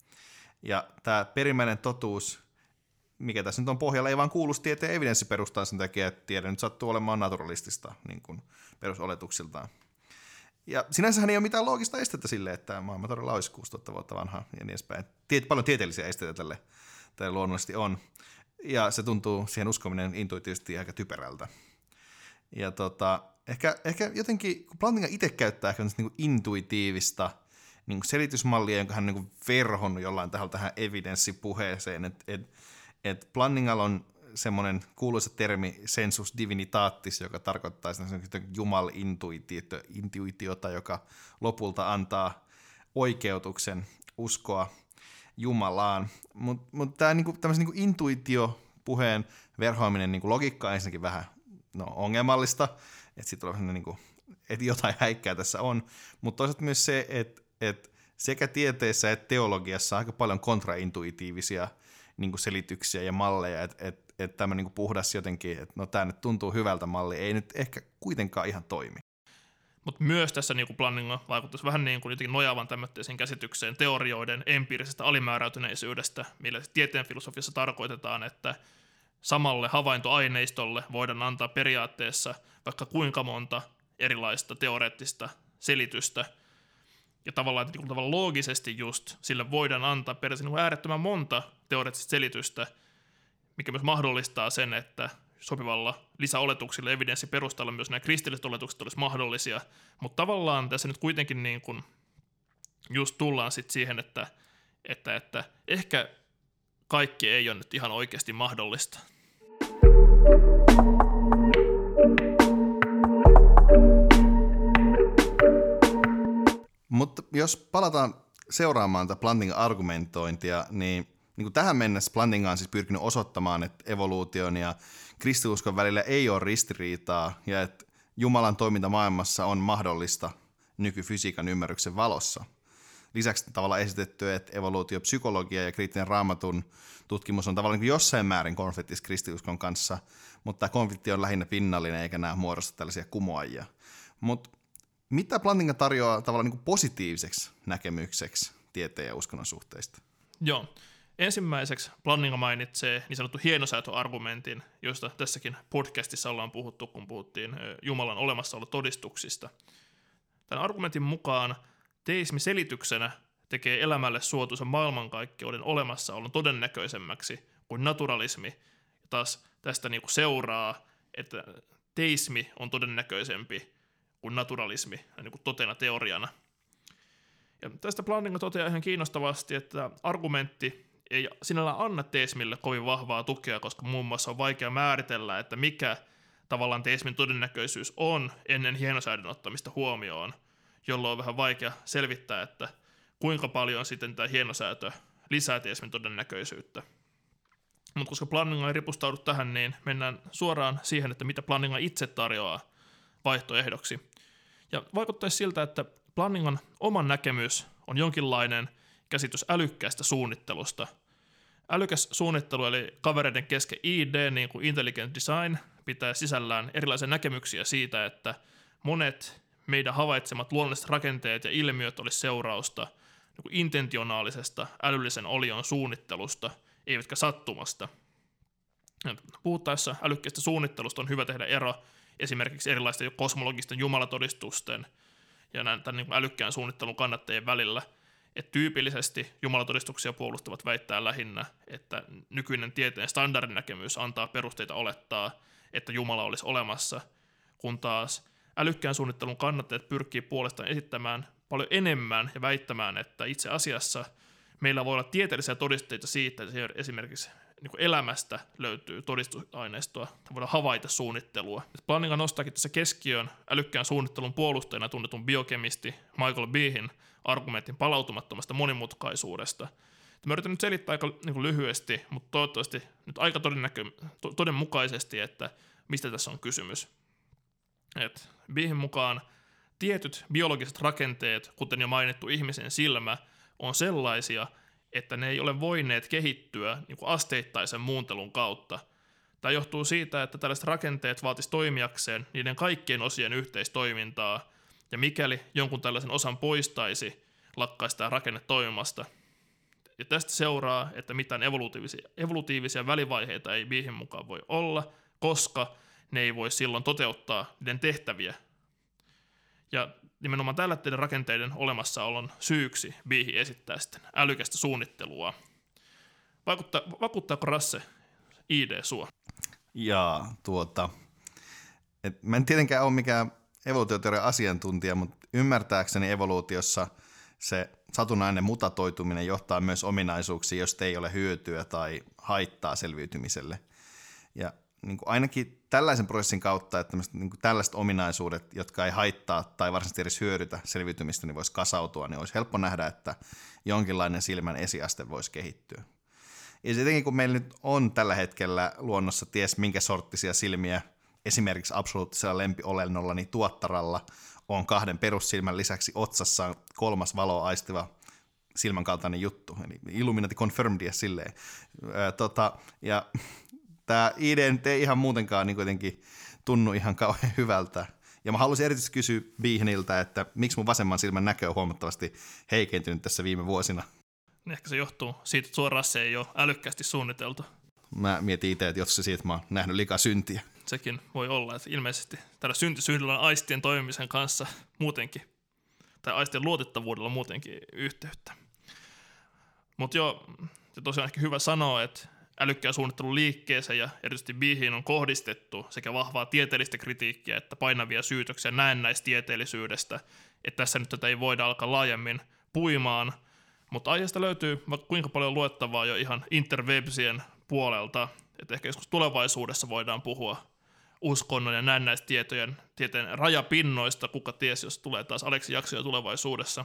S1: Ja tämä perimmäinen totuus, mikä tässä nyt on pohjalla, ei vaan kuulu tieteen evidenssiperustaan sen takia, että tiede nyt sattuu olemaan naturalistista niin kuin perusoletuksiltaan. Ja sinänsähän ei ole mitään loogista estettä sille, että maailma todella olisi 6000 vuotta vanha ja niin edespäin. Paljon tieteellisiä esteitä tälle luonnollisesti on. Ja se tuntuu siihen uskominen intuitiivisesti aika typerältä. Ja ehkä jotenkin, kun Plantinga itse käyttää ehkä niin intuitiivista niin selitysmallia, jonka hän on niin verhonnut jollain taholla tähän evidenssipuheeseen, että Plantingalla on semmoinen kuuluisa termi sensus divinitatis, joka tarkoittaa jumal-intuitiota, joka lopulta antaa oikeutuksen uskoa, Jumalaan. Mutta tämä niinku, tämmöisen niinku intuitiopuheen verhoaminen niinku logiikka on ensinnäkin vähän ongelmallista, että sitten on niinku, että jotain häikkää tässä on, mutta toisaalta myös se, että sekä tieteessä että teologiassa on aika paljon kontraintuitiivisia niinku selityksiä ja malleja, että tämä niinku puhdas jotenkin, että no tämä nyt tuntuu hyvältä malli, ei nyt ehkä kuitenkaan ihan toimi.
S2: Mutta myös tässä niinku Plantinga vaikuttaisi vähän niin kuin jotenkin nojaavan tämmöiseen käsitykseen teorioiden empiirisestä alimääräytyneisyydestä, millä tieteen filosofiassa tarkoitetaan, että samalle havaintoaineistolle voidaan antaa periaatteessa vaikka kuinka monta erilaista teoreettista selitystä, ja tavallaan loogisesti just sille voidaan antaa periaatteessa niin äärettömän monta teoreettista selitystä, mikä myös mahdollistaa sen, että sopivalla lisäoletuksilla evidenssiperustalla myös nämä kristilliset oletukset olisi mahdollisia, mutta tavallaan tässä nyt kuitenkin niin kuin just tullaan sitten siihen, että ehkä kaikki ei ole nyt ihan oikeasti mahdollista.
S1: Mutta jos palataan seuraamaan tätä Plantingan argumentointia, niin kuin tähän mennessä Plantinga on siis pyrkinyt osoittamaan, että evoluution ja kristinuskon välillä ei ole ristiriitaa ja että Jumalan toiminta maailmassa on mahdollista nykyfysiikan ymmärryksen valossa. Lisäksi tavallaan esitetty, että evoluutiopsykologia ja kriittinen raamatun tutkimus on tavallaan niin jossain määrin konfliktissa kristinuskon kanssa, mutta tämä konflikti on lähinnä pinnallinen eikä nämä muodosta tällaisia kumoajia. Mutta mitä Plantinga tarjoaa tavallaan niin positiiviseksi näkemykseksi tieteen ja uskonnon suhteista?
S2: Joo. Ensimmäiseksi Plantinga mainitsee niin sanottu hienosäätöargumentin, josta tässäkin podcastissa ollaan puhuttu, kun puhuttiin Jumalan olemassaolotodistuksista. Tämän argumentin mukaan teismi selityksenä tekee elämälle suotuisen maailmankaikkeuden olemassaolon todennäköisemmäksi kuin naturalismi. Ja taas tästä niin kuin seuraa, että teismi on todennäköisempi kuin naturalismi niin kuin totena teoriana. Ja tästä Plantinga toteaa ihan kiinnostavasti, että argumentti ei sinällään anna teismille kovin vahvaa tukea, koska muun muassa on vaikea määritellä, että mikä tavallaan teismin todennäköisyys on ennen hienosäädön ottamista huomioon, jolloin on vähän vaikea selvittää, että kuinka paljon sitten tämä hienosäätö lisää teismin todennäköisyyttä. Mutta koska Plantinga ei ripustaudu tähän, niin mennään suoraan siihen, että mitä Plantinga itse tarjoaa vaihtoehdoksi. Ja vaikuttaisi siltä, että Plantingan oma näkemys on jonkinlainen käsitys älykkäästä suunnittelusta. Älykäs suunnittelu, eli kavereiden kesken ID, niin kuin intelligent design, pitää sisällään erilaisia näkemyksiä siitä, että monet meidän havaitsemat luonnolliset rakenteet ja ilmiöt olisi seurausta niin kuin intentionaalisesta älyllisen olion suunnittelusta, eivätkä sattumasta. Puhuttaessa älykkäästä suunnittelusta on hyvä tehdä ero esimerkiksi erilaisten kosmologisten jumalatodistusten ja tämän niin kuin älykkään suunnittelun kannattajien välillä, että tyypillisesti jumalatodistuksia puolustavat väittää lähinnä, että nykyinen tieteen standardinäkemys antaa perusteita olettaa, että Jumala olisi olemassa, kun taas älykkään suunnittelun kannattajat pyrkii puolestaan esittämään paljon enemmän ja väittämään, että itse asiassa meillä voi olla tieteellisiä todisteita siitä, että esimerkiksi niin kuin elämästä löytyy todistusaineistoa, että voidaan havaita suunnittelua. Plantinga nostaakin tässä keskiöön älykkään suunnittelun puolustajana tunnetun biokemisti Michael Behen argumentin palautumattomasta monimutkaisuudesta. Mä yritän nyt selittää aika niin lyhyesti, mutta toivottavasti nyt aika todenmukaisesti, että mistä tässä on kysymys. Behen mukaan tietyt biologiset rakenteet, kuten jo mainittu ihmisen silmä, on sellaisia, että ne ei ole voineet kehittyä niin kuin asteittaisen muuntelun kautta. Tämä johtuu siitä, että tällaiset rakenteet vaatisi toimijakseen niiden kaikkien osien yhteistoimintaa, ja mikäli jonkun tällaisen osan poistaisi, lakkaisi tämä rakenne toimimasta. Ja tästä seuraa, että mitään evolutiivisia välivaiheita ei Behen mukaan voi olla, koska ne ei voi silloin toteuttaa niiden tehtäviä. Ja nimenomaan tällaisten rakenteiden olemassaolon syyksi Behen esittää sitten älykästä suunnittelua. Vakuuttaako Rasse ID sua?
S1: Mä en tietenkään ole mikään evoluutioteorian asiantuntija, mutta ymmärtääkseni evoluutiossa se satunnainen mutatoituminen johtaa myös ominaisuuksiin, josta ei ole hyötyä tai haittaa selviytymiselle. Ja niin kuin ainakin tällaisen prosessin kautta, että niin kuin tällaiset ominaisuudet, jotka ei haittaa tai varsinaisesti edes hyödytä selviytymistä, niin voisi kasautua, niin olisi helppo nähdä, että jonkinlainen silmän esiaste voisi kehittyä. Ja tietenkin kun meillä nyt on tällä hetkellä luonnossa ties minkä sorttisia silmiä, esimerkiksi absoluuttisella lempiolennolla, niin tuottaralla on 2 perussilmän lisäksi otsassaan 3. valoa aistiva silmän kaltainen juttu, eli Illuminati confirmed ja silleen. Ja tämä idea ei ihan muutenkaan niin kuitenkin tunnu ihan kauhean hyvältä. Ja mä haluaisin erityisesti kysyä Behanilta, että miksi mun vasemman silmän näkö on huomattavasti heikentynyt tässä viime vuosina.
S2: Ehkä se johtuu siitä, että suoraan se ei ole älykkäästi suunniteltu.
S1: Mä mietin itse, että jos se siitä mä oon nähnyt liikaa syntiä.
S2: Sekin voi olla, että ilmeisesti tällä syntisyydellä on aistien toimimisen kanssa muutenkin, tai aistien luotettavuudella muutenkin yhteyttä. Mutta joo, se tosiaan ehkä hyvä sanoa, että älykkään suunnittelun liikkeeseen ja erityisesti Behiin on kohdistettu sekä vahvaa tieteellistä kritiikkiä että painavia syytöksiä näennäistieteellisyydestä, että tässä nyt tätä ei voida alkaa laajemmin puimaan, mutta aiheesta löytyy vaikka kuinka paljon luettavaa jo ihan interwebsien puolelta, että ehkä joskus tulevaisuudessa voidaan puhua uskonnon ja näennäistieteen rajapinnoista, kuka ties, jos tulee taas Aleksi jaksoja tulevaisuudessa.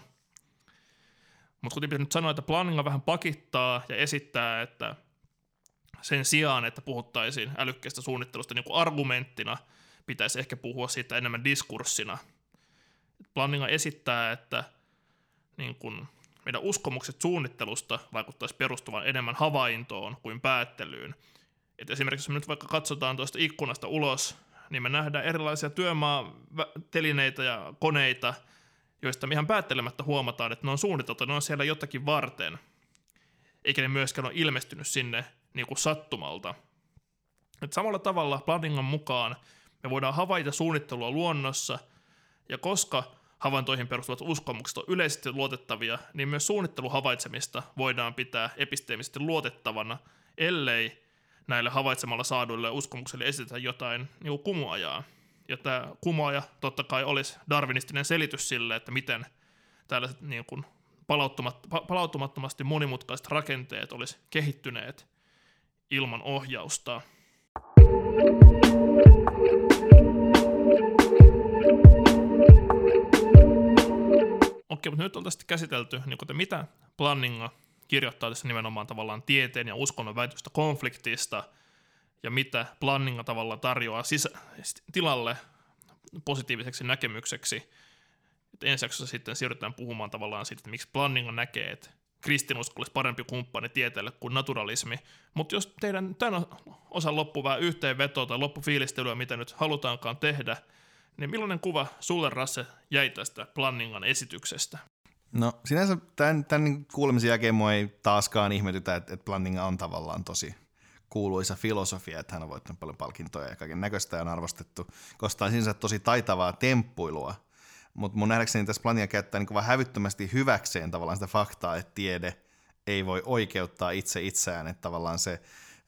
S2: Mutta kuten nyt sanoa, että Planninga vähän pakittaa ja esittää, että sen sijaan, että puhuttaisiin älykkäistä suunnittelusta niin kuin argumenttina, pitäisi ehkä puhua siitä enemmän diskurssina. Planninga esittää, että niin kuin meidän uskomukset suunnittelusta vaikuttaisi perustuvan enemmän havaintoon kuin päättelyyn. Et esimerkiksi jos me nyt vaikka katsotaan tuosta ikkunasta ulos, niin me nähdään erilaisia työmaatelineitä ja koneita, joista me ihan päättelemättä huomataan, että ne on suunniteltu, ne on siellä jotakin varten, eikä ne myöskään ole ilmestynyt sinne niin kuin sattumalta. Et samalla tavalla Planningan mukaan me voidaan havaita suunnittelua luonnossa, ja koska havaintoihin perustuvat uskomukset on yleisesti luotettavia, niin myös suunnitteluhavaitsemista voidaan pitää episteemisesti luotettavana, ellei näille havaitsemalla saaduille uskomuksille esitetä jotain niin kuin kumoajaa. Ja tämä kumoaja totta kai olisi darwinistinen selitys sille, että miten tällaiset niin kuin palautumattomasti monimutkaiset rakenteet olisi kehittyneet ilman ohjausta. Okei, mutta nyt on tästä käsitelty, niin kuten mitä Planninga kirjoittaa tässä nimenomaan tavallaan tieteen ja uskonnon väitystä konfliktista, ja mitä Planninga tavallaan tarjoaa tilalle positiiviseksi näkemykseksi. Et ensi jaksossa sitten siirrytään puhumaan tavallaan siitä, että miksi Planninga näkee, että kristinusko olisi parempi kumppani tieteelle kuin naturalismi. Mutta jos teidän tämän osan loppuvää yhteenvetoa tai loppufiilistelyä, mitä nyt halutaankaan tehdä, niin millainen kuva sulle, Rasse, jäi tästä Planningan esityksestä?
S1: No sinänsä tämän kuulemisen jälkeen mua ei taaskaan ihmetytä, että Planninga on tavallaan tosi kuuluisa filosofia, että hän on voittanut paljon palkintoja ja kaiken näköistä ja on arvostettu, koska on sinänsä tosi taitavaa temppuilua. Mutta mun nähdäkseni tässä Planninga käyttää niin vaan hävyttömästi hyväkseen tavallaan sitä faktaa, että tiede ei voi oikeuttaa itse itseään, että tavallaan se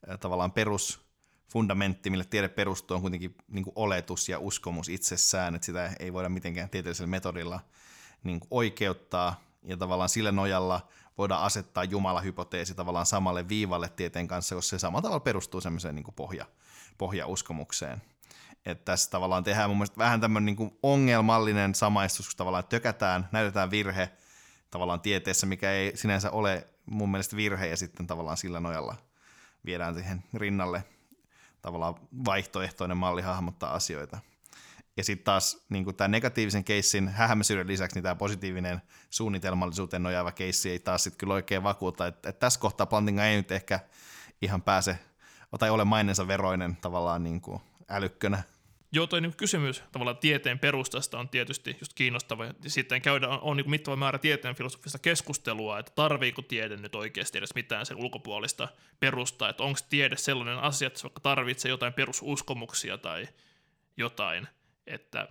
S1: perusfundamentti, mille tiede perustuu, on kuitenkin niin kuin oletus ja uskomus itsessään, että sitä ei voida mitenkään tieteellisellä metodilla niin kuin oikeuttaa, ja tavallaan sillä nojalla voidaan asettaa Jumala-hypoteesi tavallaan samalle viivalle tieteen kanssa, koska se samalla tavalla perustuu semmoiseen niin kuin pohjauskomukseen. Että tässä tavallaan tehdään mun mielestä vähän tämmöinen niin kuin ongelmallinen samaistus, kun tavallaan tökätään, näytetään virhe tavallaan tieteessä, mikä ei sinänsä ole mun mielestä virhe, ja sitten tavallaan sillä nojalla viedään siihen rinnalle tavallaan vaihtoehtoinen malli hahmottaa asioita. Ja sitten taas niin tämä negatiivisen keissin hähämäisyyden lisäksi niin tämä positiivinen suunnitelmallisuuteen nojaava keissi ei taas sitten kyllä oikein vakuuta. Että tässä kohtaa Plantinga ei nyt ehkä ihan pääse, tai ole mainensa veroinen tavallaan niin kuin älykkönä.
S2: Joo, toi niin kysymys tavallaan tieteen perustasta on tietysti just kiinnostava. Sitten on niin mittava määrä tieteen filosofista keskustelua, että tarviiko tiede nyt oikeasti edes mitään sen ulkopuolista perustaa, että onko tiede sellainen asia, että se vaikka tarvitsee jotain perususkomuksia tai jotain, että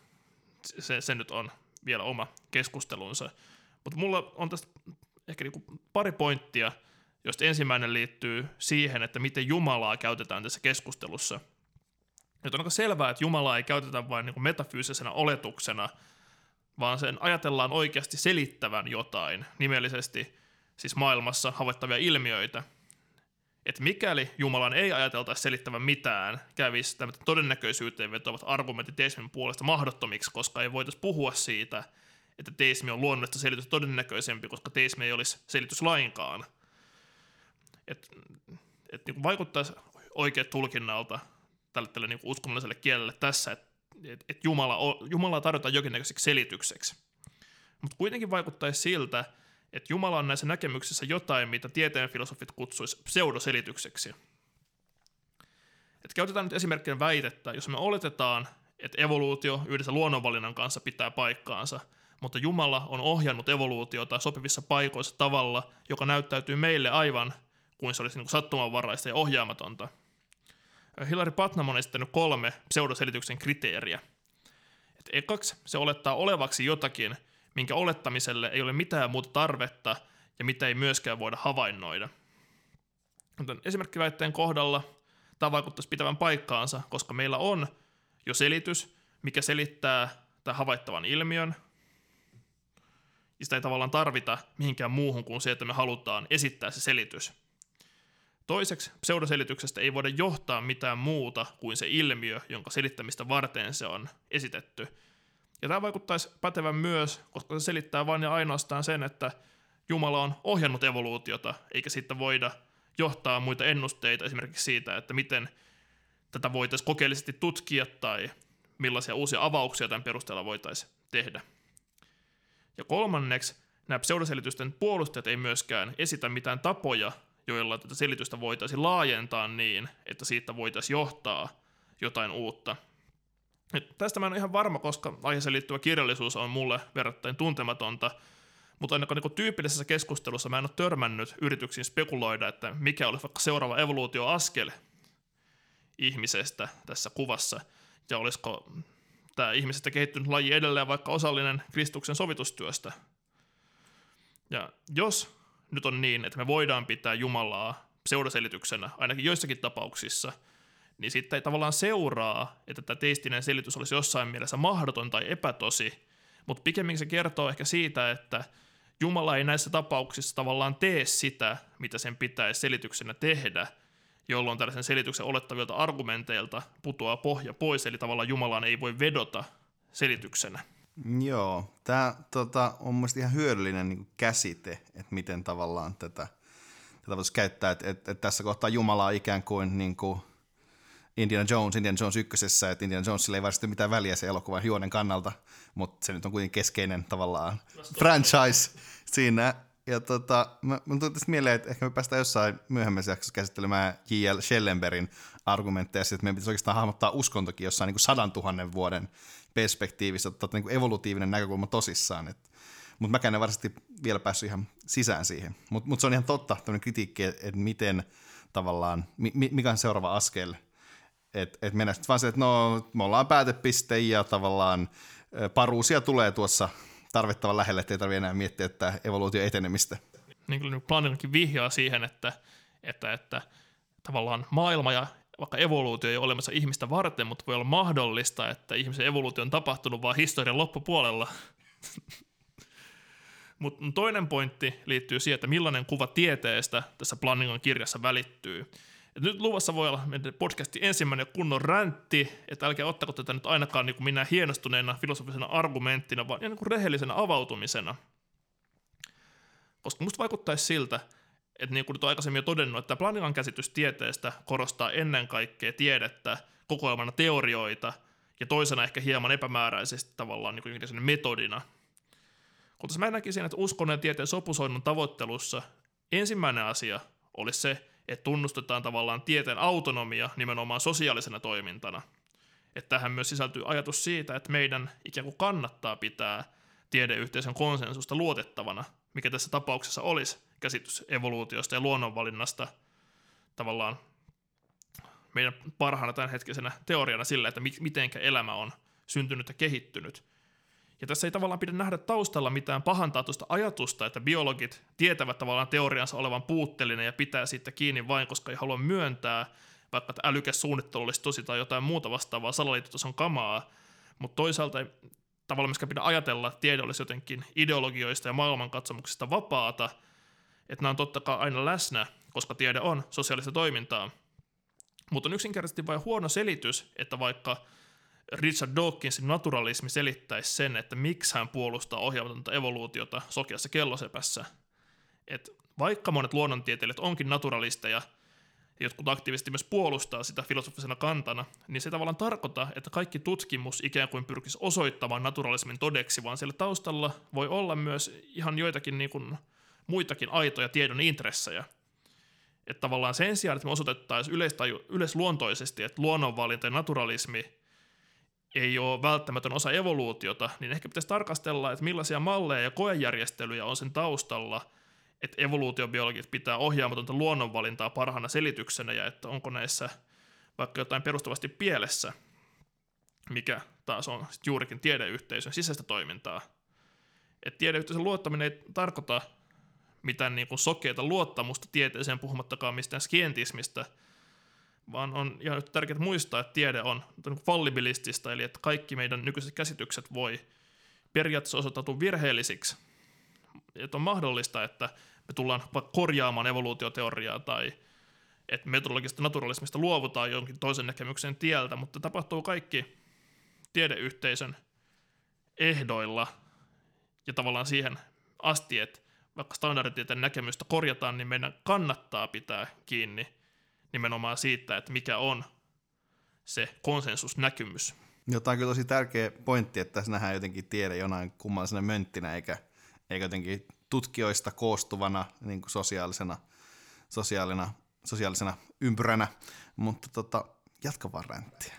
S2: se nyt on vielä oma keskustelunsa. Mutta mulla on tästä ehkä niin pari pointtia, josta ensimmäinen liittyy siihen, että miten Jumalaa käytetään tässä keskustelussa. Nyt on aika selvää, että Jumalaa ei käytetä vain niin kuin metafyysisenä oletuksena, vaan sen ajatellaan oikeasti selittävän jotain, nimellisesti siis maailmassa havaittavia ilmiöitä. että mikäli Jumalan ei ajateltaisi selittävän mitään, kävisi tämmöinen todennäköisyyteen vetoavat argumentit teismin puolesta mahdottomiksi, koska ei voitaisi puhua siitä, että teismi on luonnollista selitys todennäköisempi, koska teismi ei olisi selitys lainkaan. Että niin vaikuttaisi oikein tulkinnalta tälle niin uskonnolliselle kielelle tässä, että Jumalaa tarjotaan jonkinnäköiseksi selitykseksi. Mutta kuitenkin vaikuttaisi siltä, että Jumala on näissä näkemyksissä jotain, mitä tieteen filosofit kutsuisi pseudoselitykseksi. Et käytetään nyt esimerkkinä väitettä, jos me oletetaan, että evoluutio yhdessä luonnonvalinnan kanssa pitää paikkaansa, mutta Jumala on ohjannut evoluutiota sopivissa paikoissa tavalla, joka näyttäytyy meille aivan kuin se olisi niin kuin sattumanvaraista ja ohjaamatonta. Hilary Putnam on esittänyt 3 pseudoselityksen kriteeriä. Et ekaksi se olettaa olevaksi jotakin, minkä olettamiselle ei ole mitään muuta tarvetta ja mitä ei myöskään voida havainnoida. Mutta esimerkkiväitteen kohdalla tämä vaikuttaisi pitävän paikkaansa, koska meillä on jo selitys, mikä selittää tämän havaittavan ilmiön, ja sitä ei tavallaan tarvita mihinkään muuhun kuin se, että me halutaan esittää se selitys. Toiseksi pseudoselityksestä ei voida johtaa mitään muuta kuin se ilmiö, jonka selittämistä varten se on esitetty. Ja tämä vaikuttaisi pätevän myös, koska se selittää vain ja ainoastaan sen, että Jumala on ohjannut evoluutiota, eikä siitä voida johtaa muita ennusteita esimerkiksi siitä, että miten tätä voitaisiin kokeellisesti tutkia tai millaisia uusia avauksia tämän perusteella voitaisiin tehdä. Ja kolmanneksi, nämä pseudoselitysten puolustajat ei myöskään esitä mitään tapoja, joilla tätä selitystä voitaisiin laajentaa niin, että siitä voitaisiin johtaa jotain uutta. Nyt tästä mä en ole ihan varma, koska aiheeseen liittyvä kirjallisuus on mulle verrattain tuntematonta, mutta ainakaan niin tyypillisessä keskustelussa mä en ole törmännyt yrityksiin spekuloida, että mikä olisi vaikka seuraava evoluutioaskel ihmisestä tässä kuvassa, ja olisiko tämä ihmisestä kehittynyt laji edelleen vaikka osallinen Kristuksen sovitustyöstä. Ja jos nyt on niin, että me voidaan pitää Jumalaa pseudoselityksenä, ainakin joissakin tapauksissa, niin sitten ei tavallaan seuraa, että tämä teistinen selitys olisi jossain mielessä mahdoton tai epätosi, mutta pikemminkin se kertoo ehkä siitä, että Jumala ei näissä tapauksissa tavallaan tee sitä, mitä sen pitäisi selityksenä tehdä, jolloin tällaisen selityksen olettavilta argumenteilta putoaa pohja pois, eli tavallaan Jumalaan ei voi vedota selityksenä.
S1: Joo, tämä on mielestäni ihan hyödyllinen niin kuin käsite, että miten tavallaan tätä voisi käyttää, että tässä kohtaa Jumala on ikään kuin, Indiana Jones ykkösessä, että Indiana Jonesilla ei varsinaisesti mitään väliä se elokuvan juonen kannalta, mutta se nyt on kuitenkin keskeinen tavallaan franchise siinä. Ja mun tuli tästä mieleen, että ehkä me päästään jossain myöhemmässä jaksossa käsittelemään J.L. Schellenbergin argumentteja, että meidän pitäisi oikeastaan hahmottaa uskontokin jossain niin kuin 100 000 vuoden perspektiivissä, ottaa niin kuin evolutiivinen näkökulma tosissaan. Mutta mäkään en varsinaisesti vielä päässyt ihan sisään siihen. Mutta se on ihan totta, tämmöinen kritiikki, että miten tavallaan, mikä on seuraava askel. Että mennään sitten vaan se, että no, me ollaan päätepiste ja tavallaan paruusia tulee tuossa tarvittavan lähelle, ettei tarvitse enää miettiä, että evoluutio etenemistä.
S2: Niin kyllä Plantingakin vihjaa siihen, että tavallaan maailma ja vaikka evoluutio ei ole olemassa ihmistä varten, mutta voi olla mahdollista, että ihmisen evoluutio on tapahtunut vaan historian loppupuolella. Mutta toinen pointti liittyy siihen, että millainen kuva tieteestä tässä Plantingan kirjassa välittyy. Et nyt luvassa voi olla meidän podcastin ensimmäinen kunnon räntti, että älkää ottako tätä nyt ainakaan niin kuin minä hienostuneena filosofisena argumenttina, vaan niin kuin rehellisenä avautumisena. Koska musta vaikuttaisi siltä, että niin kuin nyt on aikaisemmin jo todennut, että Plantingan käsitys tieteestä korostaa ennen kaikkea tiedettä, kokoelmana teorioita ja toisena ehkä hieman epämääräisesti tavallaan niin kuin metodina. Kun tässä mä näkisin, että uskonnon ja tieteen sopusoinnon tavoittelussa ensimmäinen asia olisi se, että tunnustetaan tavallaan tieteen autonomia nimenomaan sosiaalisena toimintana. Että tähän myös sisältyy ajatus siitä, että meidän ikään kuin kannattaa pitää tiedeyhteisön konsensusta luotettavana, mikä tässä tapauksessa olisi käsitys evoluutiosta ja luonnonvalinnasta tavallaan meidän parhaana tämänhetkisenä teoriana sillä, että mitenkä elämä on syntynyt ja kehittynyt. Ja tässä ei tavallaan pidä nähdä taustalla mitään pahantahtoista ajatusta, että biologit tietävät tavallaan teoriansa olevan puutteellinen ja pitää siitä kiinni vain, koska ei halua myöntää, vaikka että älykäs suunnittelu olisi tosi tai jotain muuta vastaavaa salaliittotason kamaa, mutta toisaalta ei tavallaan myöskään pidä ajatella, että tiede olisi jotenkin ideologioista ja maailmankatsomuksista vapaata, että nämä on totta kai aina läsnä koska tiede on sosiaalista toimintaa. Mutta on yksinkertaisesti vain huono selitys, että vaikka Richard Dawkinsin naturalismi selittäisi sen, että miksi hän puolustaa ohjaamatonta evoluutiota sokeassa kellosepässä. Et vaikka monet luonnontieteilijät onkin naturalisteja, jotkut aktiivisesti myös puolustaa sitä filosofisena kantana, niin se tavallaan tarkoita, että kaikki tutkimus ikään kuin pyrkisi osoittamaan naturalismin todeksi, vaan siellä taustalla voi olla myös ihan joitakin niin kuin muitakin aitoja tiedon intressejä. Että tavallaan sen sijaan, että me osoitettaisiin yleisluontoisesti, että luonnonvalinta ja naturalismi ei ole välttämätön osa evoluutiota, niin ehkä pitäisi tarkastella, että millaisia malleja ja koejärjestelyjä on sen taustalla, että evoluutiobiologit pitää ohjaamatonta luonnonvalintaa parhaana selityksenä ja että onko näissä vaikka jotain perustavasti pielessä, mikä taas on juurikin tiedeyhteisön sisäistä toimintaa. Että tiedeyhteisön luottaminen ei tarkoita mitään niin kuin sokeita luottamusta tieteeseen puhumattakaan mistään skientismistä, vaan on ihan tärkeää muistaa, että tiede on fallibilistista, eli että kaikki meidän nykyiset käsitykset voi periaatteessa osoittautua virheellisiksi. Että on mahdollista, että me tullaan vaikka korjaamaan evoluutioteoriaa tai että metodologisesta naturalismista luovutaan jonkin toisen näkemyksen tieltä, mutta tapahtuu kaikki tiedeyhteisön ehdoilla ja tavallaan siihen asti, että vaikka standarditieteen näkemystä korjataan, niin meidän kannattaa pitää kiinni nimenomaan siitä, että mikä on se konsensusnäkymys.
S1: Tämä on kyllä tosi tärkeä pointti, että tässä nähdään jotenkin tiede jonain kummallisena mönttinä, eikä jotenkin tutkijoista koostuvana niin kuin sosiaalisena ympyränä, mutta jatka vaan ränttiä.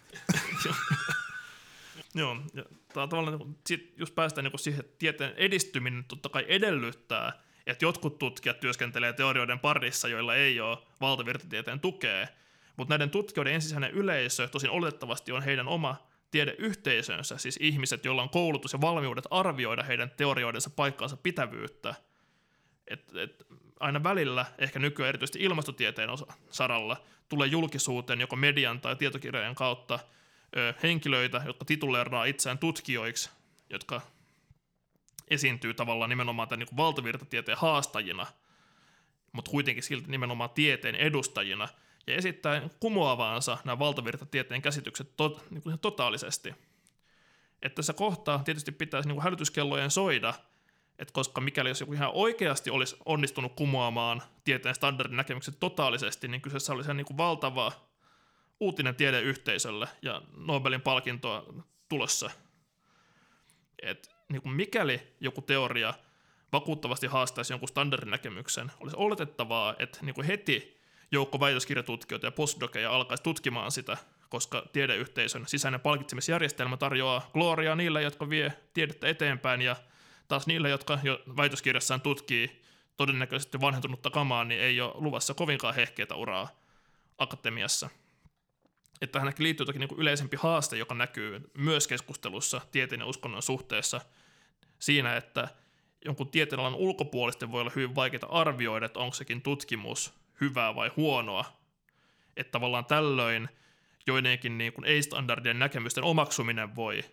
S2: Joo, ja tavallaan jos päästään siihen, että tieteen edistyminen totta kai edellyttää, että jotkut tutkijat työskentelee teorioiden parissa, joilla ei ole valtavirtatieteen tukea, mutta näiden tutkijoiden ensisijainen yleisö tosin oletettavasti on heidän oma tiedeyhteisönsä, siis ihmiset, joilla on koulutus ja valmiudet arvioida heidän teorioidensa paikkaansa pitävyyttä. Et aina välillä, ehkä nykyään erityisesti ilmastotieteen saralla, tulee julkisuuteen joko median tai tietokirjojen kautta henkilöitä, jotka tituleeraa itseään tutkijoiksi, jotka esiintyy tavallaan nimenomaan tämän niin valtavirtatieteen haastajina, mutta kuitenkin silti nimenomaan tieteen edustajina, ja esittää kumoavaansa nämä valtavirtatieteen käsitykset niin totaalisesti. Että tässä kohtaa tietysti pitäisi niin hälytyskellojen soida, että koska mikäli jos joku ihan oikeasti olisi onnistunut kumoamaan tieteen standardin näkemykset totaalisesti, niin kyseessä olisi ihan niin valtava uutinen tiedeyhteisölle ja Nobelin palkintoa tulossa. Et niin mikäli joku teoria vakuuttavasti haastaisi jonkun standardinäkemyksen, olisi oletettavaa, että niin heti joukko väitöskirjatutkijoita ja postdoceja alkaisi tutkimaan sitä, koska tiedeyhteisön sisäinen palkitsemisjärjestelmä tarjoaa gloriaa niille, jotka vie tiedettä eteenpäin, ja taas niille, jotka jo väitöskirjassaan tutkii todennäköisesti vanhentunutta kamaa, niin ei ole luvassa kovinkaan hehkeätä uraa akatemiassa. Että tähän liittyy toki niin yleisempi haaste, joka näkyy myös keskustelussa tieteen ja uskonnon suhteessa siinä, että jonkun tieteenalan ulkopuolisten voi olla hyvin vaikeaa arvioida, että onko sekin tutkimus hyvää vai huonoa. Että tavallaan tällöin joidenkin niin kuin ei-standardien näkemysten omaksuminen voi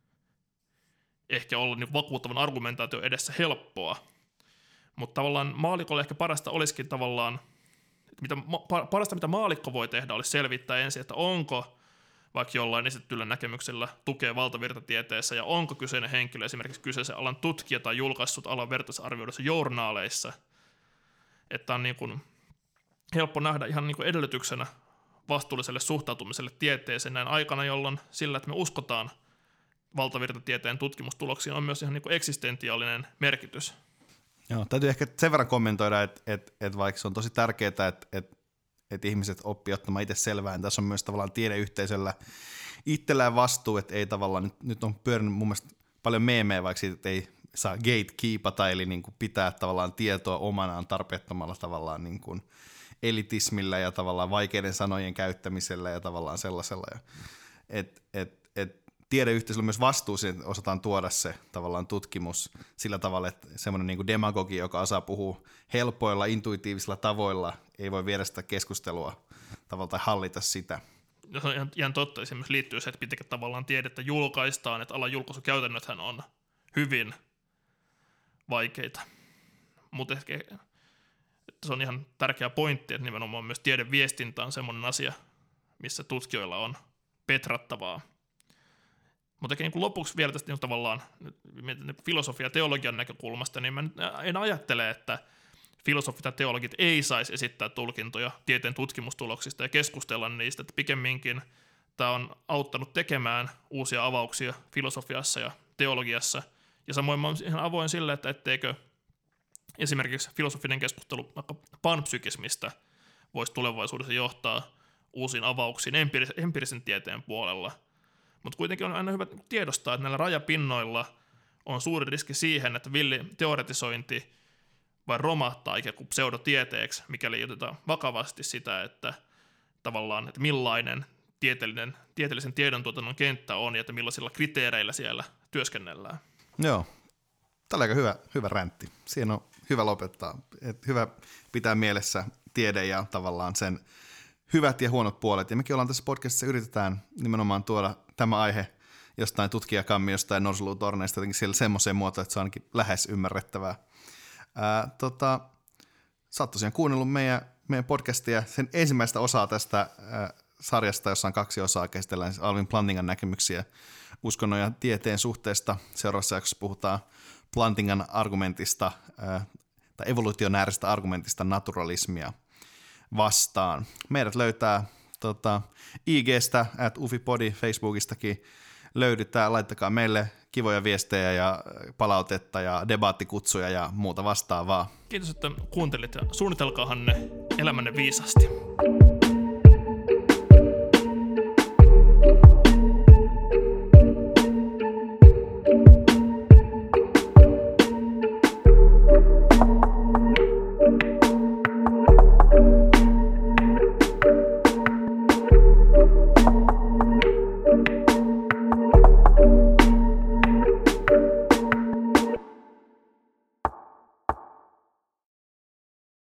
S2: ehkä olla niin vakuuttavan argumentaation edessä helppoa. Mutta tavallaan maalikolle ehkä parasta olisikin tavallaan, parasta mitä maalikko voi tehdä olisi selvittää ensin, että onko vaikka jollain esitetyllä näkemyksellä tukea valtavirtatieteessä ja onko kyseinen henkilö esimerkiksi kyseisen alan tutkija tai julkaissut alan vertaisarvioidussa journaaleissa. Että on niin kuin helppo nähdä ihan niin kuin edellytyksenä vastuulliselle suhtautumiselle tieteeseen näin aikana, jolloin sillä, että me uskotaan valtavirtatieteen tutkimustuloksiin, on myös ihan niin kuin eksistentiaalinen merkitys.
S1: Joo, täytyy ehkä sen verran kommentoida, että vaikka se on tosi tärkeää, että ihmiset oppii ottamaan itse selvää, niin tässä on myös tavallaan tiedeyhteisöllä itsellään vastuu, että ei tavallaan, nyt on pyörinyt mun mielestä paljon meemejä vaikka siitä, että ei saa gatekeepata, eli niin kuin pitää tavallaan tietoa omanaan tarpeettomalla tavallaan niin kuin elitismillä ja tavallaan vaikeiden sanojen käyttämisellä ja tavallaan sellaisella. Tiedeyhteisöllä on myös vastuu, että osataan tuoda se tavallaan tutkimus sillä tavalla, että semmoinen niin kuin demagogi, joka osaa puhua helpoilla, intuitiivisilla tavoilla, ei voi viedä sitä keskustelua tavallaan tai hallita sitä.
S2: Ja se on ihan totta. Se myös liittyy se, että pitääkö tavallaan tiedettä julkaistaan, että alan julkaisukäytännöthän on hyvin vaikeita. Mutta ehkä se on ihan tärkeä pointti, että nimenomaan myös tiedeviestintä on semmoinen asia, missä tutkijoilla on petrattavaa. Mutta niin lopuksi vielä tästä niin tavallaan filosofia- ja teologian näkökulmasta, niin mä en ajattele, että filosofit ja teologit ei saisi esittää tulkintoja tieteen tutkimustuloksista ja keskustella niistä, että pikemminkin tämä on auttanut tekemään uusia avauksia filosofiassa ja teologiassa. Ja samoin mä olen ihan avoin sille, että etteikö esimerkiksi filosofinen keskustelu vaikka panpsykismistä voisi tulevaisuudessa johtaa uusiin avauksiin empiirisen tieteen puolella. Mutta kuitenkin on aina hyvä tiedostaa, että näillä rajapinnoilla on suuri riski siihen, että villi teoretisointi vai romahtaa ikään kuin pseudotieteeksi, mikäli ei oteta vakavasti sitä, että tavallaan, että millainen tieteellisen tiedontuotannon kenttä on ja että millaisilla kriteereillä siellä työskennellään.
S1: Joo, tämä oli aika hyvä räntti. Siinä on hyvä lopettaa. Hyvä pitää mielessä tiede ja tavallaan sen hyvät ja huonot puolet. Ja mekin ollaan tässä podcastissa yritetään nimenomaan tuoda tämä aihe jostain tutkijakammiosta ja norsulutorneista jotenkin semmoiseen muotoon, että se on ainakin lähes ymmärrettävää. Sä oot tosiaan kuunnellut meidän podcastia, sen ensimmäistä osaa tästä sarjasta, jossa on 2 osaa, käsitellään siis Alvin Plantingan näkemyksiä uskonnon ja tieteen suhteesta. Seuraavassa jaksossa puhutaan Plantingan argumentista tai evolutionääristä argumentista naturalismia vastaan. Meidät löytää IG:stä, @ufipodi, Facebookistakin löydytään. Laittakaa meille kivoja viestejä ja palautetta ja debaattikutsuja ja muuta vastaavaa.
S2: Kiitos, että kuuntelit ja suunnitelkaahan ne elämänne viisaasti.